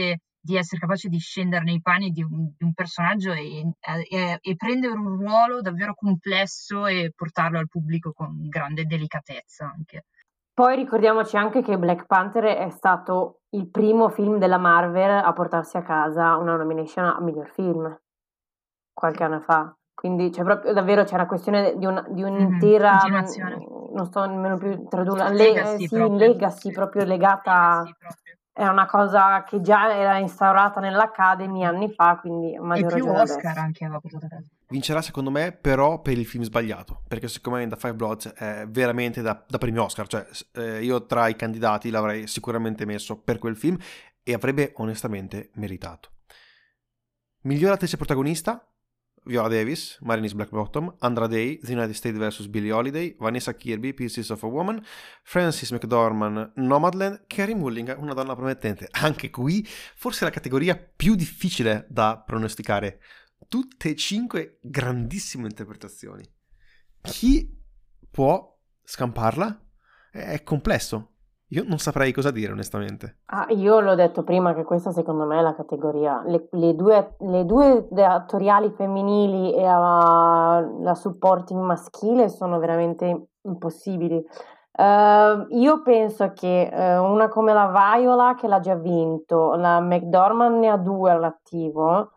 di essere capace di scendere nei panni di un personaggio e prendere un ruolo davvero complesso e portarlo al pubblico con grande delicatezza anche. Poi ricordiamoci anche che Black Panther è stato il primo film della Marvel a portarsi a casa una nomination a miglior film qualche anno fa. Quindi c'è proprio davvero c'è una questione di un'intera continuazione. non sto nemmeno più tradurla, Legacy proprio legata è una cosa che già era instaurata nell'Academy anni fa, quindi a maggior e più ragione Oscar adesso. anche aveva portato a casa. Vincerà secondo me però per il film sbagliato, perché secondo me In The Five Bloods è veramente da premi Oscar, cioè io tra i candidati l'avrei sicuramente messo per quel film e avrebbe onestamente meritato. Miglior attrice protagonista: Viola Davis, Marynis Blackbottom, Andra Day, The United States vs. Billie Holiday, Vanessa Kirby, Pieces of a Woman, Frances McDormand, Nomadland, Carey Mulligan, Una donna promettente. Anche qui forse la categoria più difficile da pronosticare. Tutte e 5 grandissime interpretazioni. Chi può scamparla? È complesso. Io non saprei cosa dire onestamente. Io l'ho detto prima che questa secondo me è la categoria. Le due attoriali femminili e la supporting maschile sono veramente impossibili. Io penso che una come la Viola, che l'ha già vinto, la McDormand ne ha 2 all'attivo,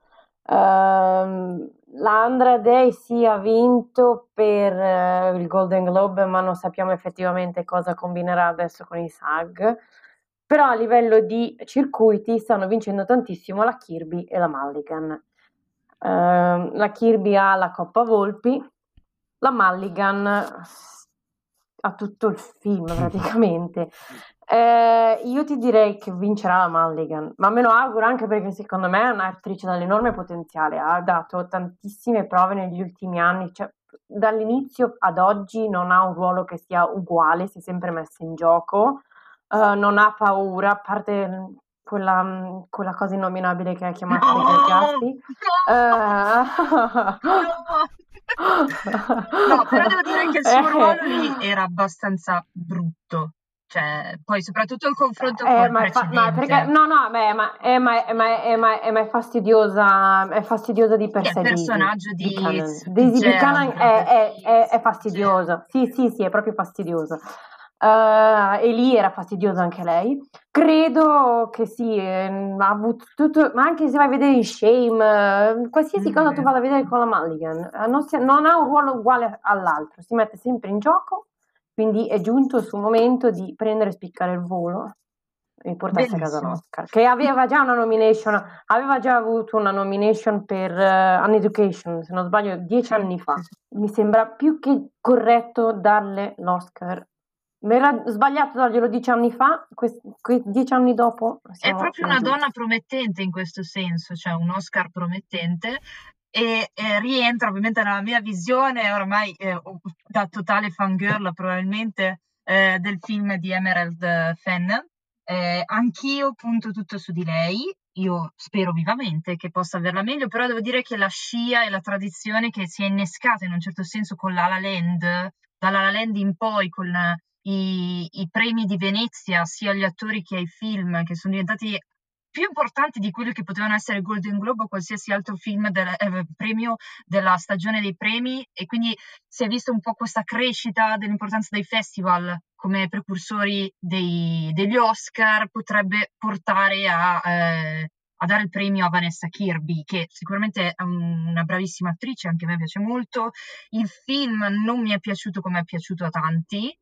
la Andra Day sì ha vinto per il Golden Globe, ma non sappiamo effettivamente cosa combinerà adesso con i SAG. Però a livello di circuiti stanno vincendo tantissimo la Kirby e la Mulligan. La Kirby ha la Coppa Volpi, la Mulligan ha tutto il film praticamente. Io ti direi che vincerà la Mulligan, ma me lo auguro anche perché secondo me è un'attrice dall'enorme potenziale, ha dato tantissime prove negli ultimi anni, cioè, dall'inizio ad oggi non ha un ruolo che sia uguale, si è sempre messa in gioco, non ha paura, a parte quella cosa innominabile che ha chiamato Gaspi. No, però devo dire che il suo ruolo lì era abbastanza brutto. Cioè, poi soprattutto il confronto con il precedente. È fastidiosa, è fastidiosa di per sé. Il personaggio di Buchanan è fastidiosa. Sì, è proprio fastidiosa. E lì era fastidiosa anche lei. Credo che sì, ha avuto tutto, ma anche se vai a vedere in Shame, qualsiasi cosa tu vada a vedere con la Mulligan, non ha un ruolo uguale all'altro, si mette sempre in gioco. Quindi è giunto il suo momento di prendere e spiccare il volo e portarsi a casa l'Oscar, che aveva già avuto una nomination per Uneducation, se non sbaglio 10 anni fa. Mi sembra più che corretto darle l'Oscar. Mi era sbagliato darglielo 10 anni fa, 10 anni dopo. È proprio una donna promettente in questo senso, cioè un Oscar promettente. E rientra ovviamente nella mia visione ormai da totale fangirl probabilmente del film di Emerald Fennell. Anch'io punto tutto su di lei, io spero vivamente che possa averla meglio, però devo dire che la scia e la tradizione che si è innescata in un certo senso con La La Land, da La La Land in poi con i premi di Venezia, sia agli attori che ai film, che sono diventati più importanti di quello che potevano essere Golden Globe o qualsiasi altro film premio della stagione dei premi, e quindi si è visto un po' questa crescita dell'importanza dei festival come precursori degli Oscar, potrebbe portare a dare il premio a Vanessa Kirby, che sicuramente è una bravissima attrice, anche a me piace molto. Il film non mi è piaciuto come è piaciuto a tanti,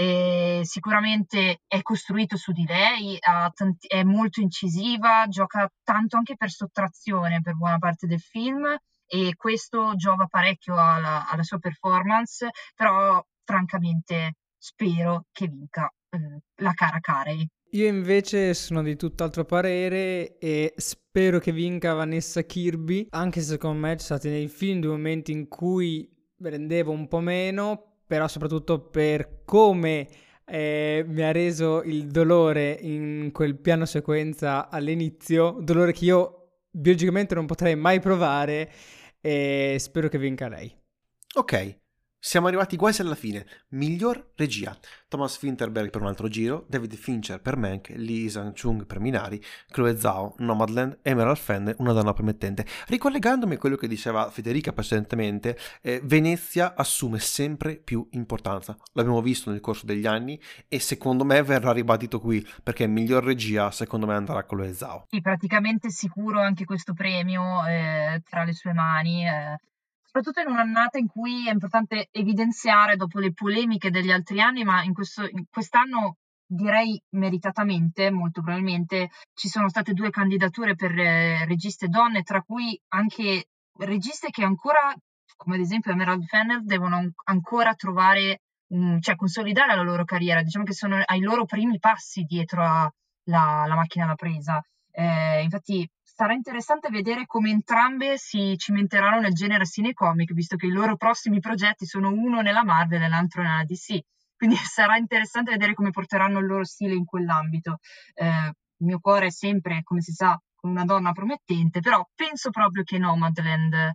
sicuramente è costruito su di lei, è molto incisiva, gioca tanto anche per sottrazione per buona parte del film, e questo giova parecchio alla sua performance, però francamente spero che vinca la cara Carey. Io invece sono di tutt'altro parere e spero che vinca Vanessa Kirby, anche se secondo me ci sono stati nei film dei momenti in cui rendevo un po' meno, però soprattutto per come mi ha reso il dolore in quel piano sequenza all'inizio, dolore che io biologicamente non potrei mai provare, e spero che vinca lei. Ok, Siamo arrivati quasi alla fine. Miglior regia: Thomas Vinterberg per Un altro giro, David Fincher per Mank, Lee Isang-chung per Minari, Chloe Zhao, Nomadland, Emerald Fennell, Una donna promettente. Ricollegandomi a quello che diceva Federica precedentemente, Venezia assume sempre più importanza. L'abbiamo visto nel corso degli anni e secondo me verrà ribadito qui, perché miglior regia secondo me andrà a Chloe Zhao. Sì, praticamente sicuro anche questo premio tra le sue mani. Soprattutto in un'annata in cui è importante evidenziare, dopo le polemiche degli altri anni, ma in quest'anno direi meritatamente, molto probabilmente, ci sono state 2 candidature per registe donne, tra cui anche registe che ancora, come ad esempio Emerald Fennell, devono ancora trovare, cioè consolidare la loro carriera. Diciamo che sono ai loro primi passi dietro alla macchina da presa. Infatti sarà interessante vedere come entrambe si cimenteranno nel genere cinecomic, visto che i loro prossimi progetti sono uno nella Marvel e l'altro nella DC. Quindi sarà interessante vedere come porteranno il loro stile in quell'ambito. Il mio cuore è sempre, come si sa, con Una donna promettente, però penso proprio che Nomadland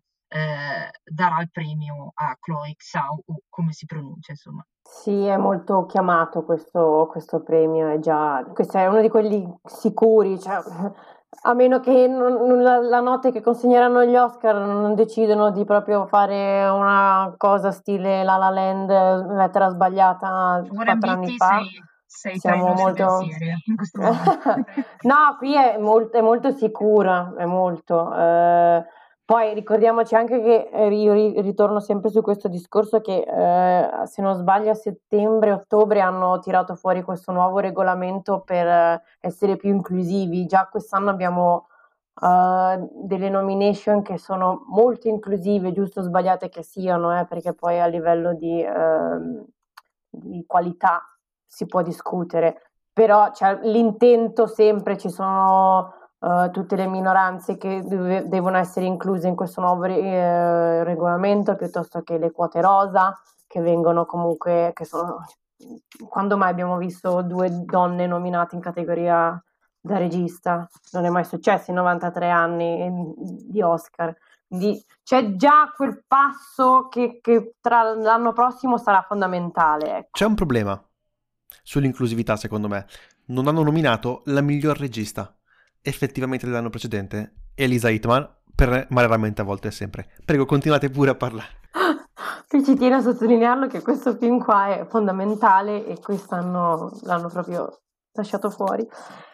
darà il premio a Chloe Zhao, o come si pronuncia, insomma. Sì, è molto chiamato questo premio, questo è uno di quelli sicuri, cioè, a meno che la notte che consegneranno gli Oscar non decidono di proprio fare una cosa stile La La Land, lettera sbagliata Warren 4 anni Beatty, fa. sei tra i Siamo nostri molto... pensieri in questo momento. No, qui è molto sicura, è molto. Poi ricordiamoci anche che io ritorno sempre su questo discorso che se non sbaglio a settembre-ottobre hanno tirato fuori questo nuovo regolamento per essere più inclusivi. Già quest'anno abbiamo delle nomination che sono molto inclusive, giusto o sbagliate che siano, perché poi a livello di qualità si può discutere, però c'è l'intento sempre, ci sono tutte le minoranze che devono essere incluse in questo nuovo regolamento, piuttosto che le quote rosa, che vengono comunque, che sono... Quando mai abbiamo visto 2 donne nominate in categoria da regista? Non è mai successo in 93 anni di Oscar. Quindi c'è già quel passo che tra l'anno prossimo sarà fondamentale. Ecco. C'è un problema sull'inclusività, secondo me. Non hanno nominato la miglior regista. Effettivamente l'anno precedente Elisa Hitman, ma raramente, a volte e sempre. Prego, continuate pure a parlare. Qui ci tiene a sottolinearlo che questo film qua è fondamentale e quest'anno l'hanno proprio lasciato fuori.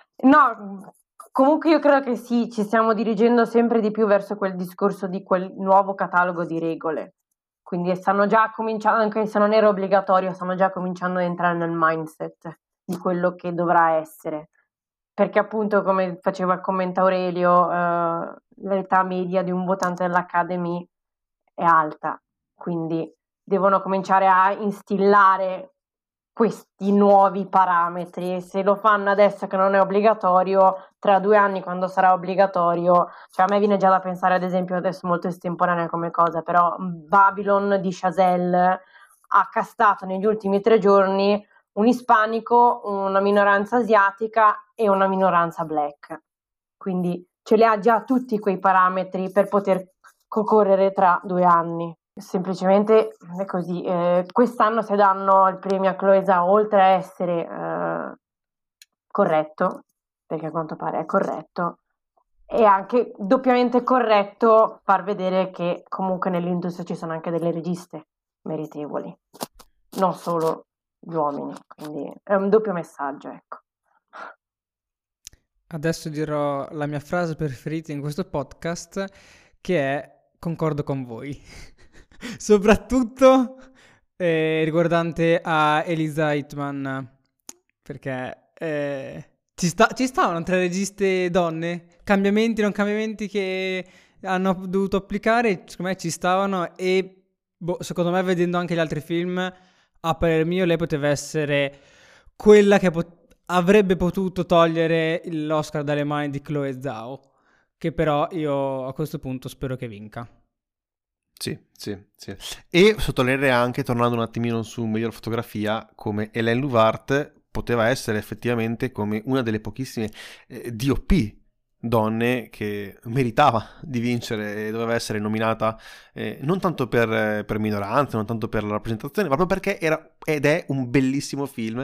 No, comunque io credo che sì, ci stiamo dirigendo sempre di più verso quel discorso di quel nuovo catalogo di regole. Quindi stanno già cominciando, anche se non era obbligatorio, stanno già cominciando ad entrare nel mindset di quello che dovrà essere. Perché appunto, come faceva il commento Aurelio, l'età media di un votante dell'Academy è alta, quindi devono cominciare a instillare questi nuovi parametri. Se lo fanno adesso che non è obbligatorio, tra 2 anni quando sarà obbligatorio, cioè a me viene già da pensare, ad esempio, adesso molto estemporanea come cosa, però Babylon di Chazelle ha castato negli ultimi 3 giorni un ispanico, una minoranza asiatica e una minoranza black. Quindi ce li ha già tutti quei parametri per poter concorrere tra 2 anni. Semplicemente è così. Quest'anno se danno il premio a Chloe Zhao, oltre a essere corretto, perché a quanto pare è corretto, è anche doppiamente corretto far vedere che comunque nell'industria ci sono anche delle registe meritevoli, non solo gli uomini, quindi è un doppio messaggio, ecco. Adesso dirò la mia frase preferita in questo podcast, che è concordo con voi. Soprattutto riguardante a Elisa Hitman, perché ci stavano 3 registe donne, cambiamenti, non cambiamenti che hanno dovuto applicare, secondo me ci stavano e secondo me, vedendo anche gli altri film, a parer mio lei poteva essere quella che avrebbe potuto togliere l'Oscar dalle mani di Chloe Zhao, che però io a questo punto spero che vinca. Sì. E sottolineare anche, tornando un attimino su miglior fotografia, come Hélène Louvart poteva essere effettivamente come una delle pochissime DOP donne che meritava di vincere e doveva essere nominata non tanto per minoranze, non tanto per la rappresentazione, ma proprio perché era ed è un bellissimo film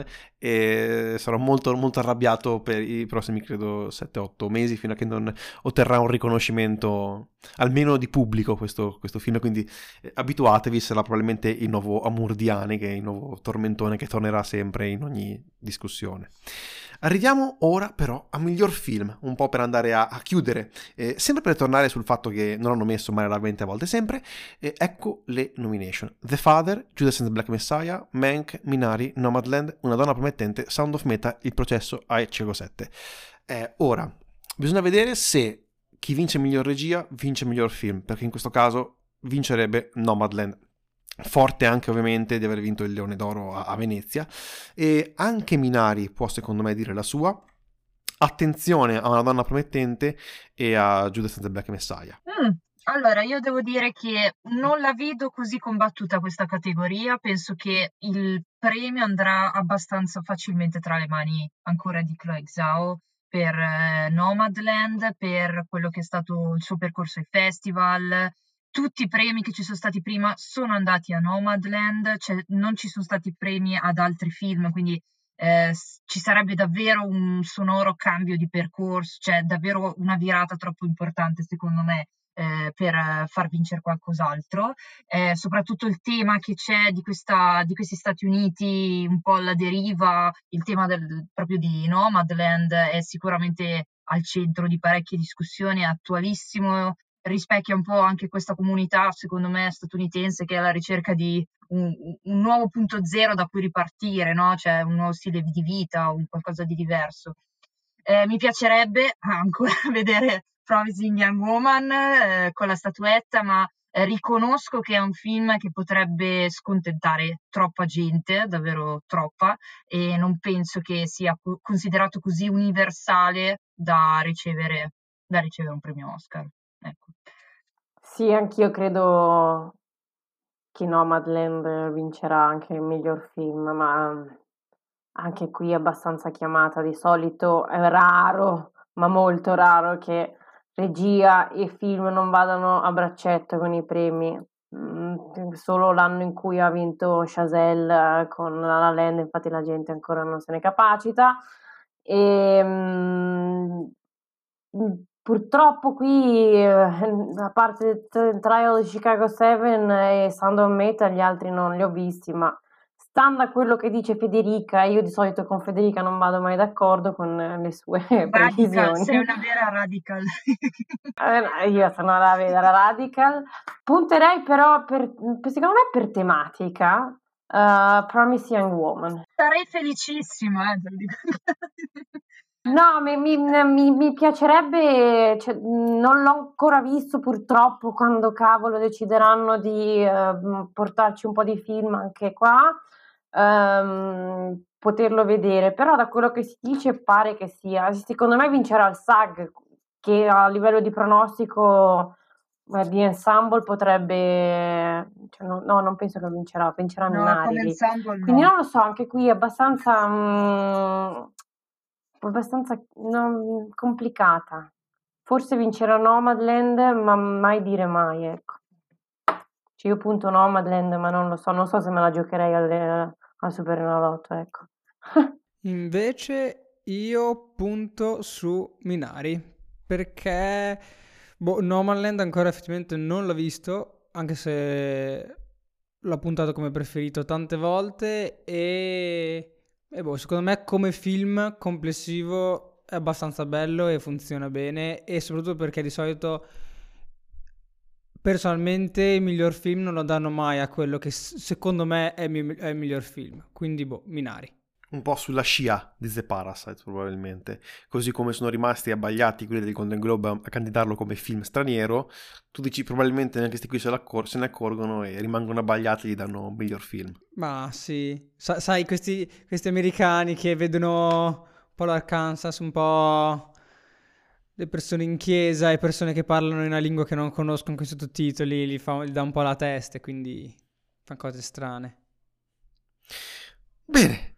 e sarò molto, molto arrabbiato per i prossimi, credo, 7-8 mesi fino a che non otterrà un riconoscimento almeno di pubblico questo film, quindi abituatevi, sarà probabilmente il nuovo Amour Diane, che è il nuovo tormentone che tornerà sempre in ogni discussione. Arriviamo ora però a miglior film, un po' per andare a chiudere, sempre per tornare sul fatto che non hanno messo mai raramente, a volte sempre, ecco le nomination: The Father, Judas and the Black Messiah, Mank, Minari, Nomadland, Una donna promettente, Sound of Metal, Il processo a Ecce 7. Ora, bisogna vedere se chi vince miglior regia vince miglior film, perché in questo caso vincerebbe Nomadland, forte anche ovviamente di aver vinto il Leone d'Oro a Venezia, e anche Minari può secondo me dire la sua. Attenzione a Una donna promettente e a Judas and the Black Messiah. Allora, io devo dire che non la vedo così combattuta questa categoria, penso che il premio andrà abbastanza facilmente tra le mani ancora di Chloe Zhao per Nomadland, per quello che è stato il suo percorso ai festival. Tutti i premi che ci sono stati prima sono andati a Nomadland, cioè non ci sono stati premi ad altri film, quindi ci sarebbe davvero un sonoro cambio di percorso, cioè davvero una virata troppo importante secondo me per far vincere qualcos'altro. Soprattutto il tema che c'è di questi Stati Uniti un po' alla deriva, il tema proprio di Nomadland è sicuramente al centro di parecchie discussioni, è attualissimo, rispecchia un po' anche questa comunità, secondo me, statunitense, che è alla ricerca di un nuovo punto zero da cui ripartire, no? Cioè un nuovo stile di vita, un qualcosa di diverso. Mi piacerebbe ancora vedere Promising Young Woman con la statuetta, ma riconosco che è un film che potrebbe scontentare troppa gente, davvero troppa, e non penso che sia considerato così universale da ricevere un premio Oscar. Ecco. Sì, anch'io credo che Nomadland vincerà anche il miglior film, ma anche qui è abbastanza chiamata. Di solito è raro, ma molto raro, che regia e film non vadano a braccetto con i premi. Solo l'anno in cui ha vinto Chazelle con La La Land, infatti la gente ancora non se ne capacita. Purtroppo qui, a parte Trial di Chicago 7 e Sound of Metal, gli altri non li ho visti, ma stando a quello che dice Federica, io di solito con Federica non vado mai d'accordo con le sue Radical, previsioni. sei una vera radical. Io sono la vera radical. Punterei però, secondo me, per tematica, Promising Young Woman. Sarei felicissima, te lo dico. No, mi piacerebbe, cioè, non l'ho ancora visto purtroppo, quando cavolo decideranno di portarci un po' di film anche qua, poterlo vedere, però da quello che si dice pare che sia, secondo me vincerà il SAG, che a livello di pronostico di ensemble potrebbe, cioè, no, non penso che vincerà No, Minari come lì. ensemble Quindi no. non lo so, anche qui è abbastanza complicata. Forse vincerà Nomadland, ma mai dire mai, ecco. Cioè, io punto Nomadland, ma non so se me la giocherei al Superenalotto, ecco. Invece io punto su Minari, perché Nomadland ancora effettivamente non l'ho visto, anche se l'ho puntato come preferito tante volte e secondo me come film complessivo è abbastanza bello e funziona bene, e soprattutto perché di solito personalmente il miglior film non lo danno mai a quello che secondo me è il miglior film, quindi Minari. Un po' sulla scia di The Parasite probabilmente, così come sono rimasti abbagliati quelli del Golden Globe a candidarlo come film straniero, tu dici probabilmente neanche questi qui se ne accorgono e rimangono abbagliati e gli danno un miglior film. Ma sì, sai questi americani che vedono un po' l'Arkansas, un po' le persone in chiesa e persone che parlano in una lingua che non conoscono con i sottotitoli, gli dà un po' la testa e quindi fa cose strane. Bene,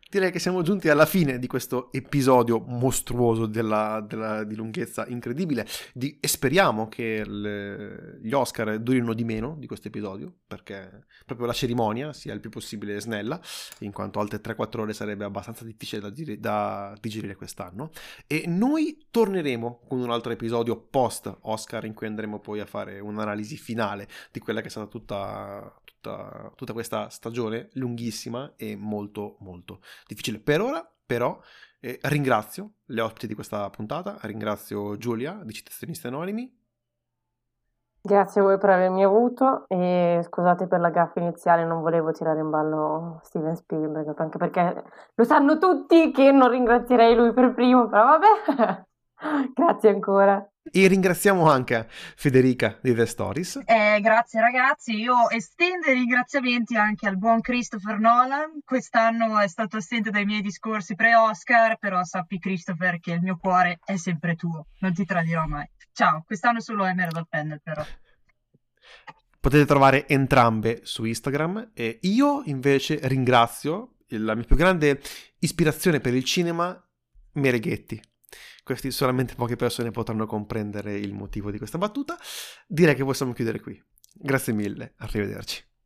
direi che siamo giunti alla fine di questo episodio mostruoso di lunghezza incredibile e speriamo che gli Oscar durino di meno di questo episodio, perché proprio la cerimonia sia il più possibile snella, in quanto altre 3-4 ore sarebbe abbastanza difficile da digerire quest'anno. E noi torneremo con un altro episodio post Oscar in cui andremo poi a fare un'analisi finale di quella che è stata tutta questa stagione lunghissima e molto molto difficile. Per ora però ringrazio le ospiti di questa puntata, ringrazio Giulia di Citazionisti Anonimi. Grazie a voi per avermi avuto e scusate per la gaffa iniziale, non volevo tirare in ballo Steven Spielberg, anche perché lo sanno tutti che non ringrazierei lui per primo, però vabbè. Grazie ancora. E ringraziamo anche Federica di The Stories. Grazie ragazzi, io estendo i ringraziamenti anche al buon Christopher Nolan. Quest'anno è stato assente dai miei discorsi pre-Oscar, però sappi Christopher che il mio cuore è sempre tuo, non ti tradirò mai. Ciao, quest'anno solo Emerald Panel però. Potete trovare entrambe su Instagram e io invece ringrazio la mia più grande ispirazione per il cinema, Mereghetti. Questi solamente poche persone potranno comprendere il motivo di questa battuta. Direi che possiamo chiudere qui. Grazie mille, arrivederci.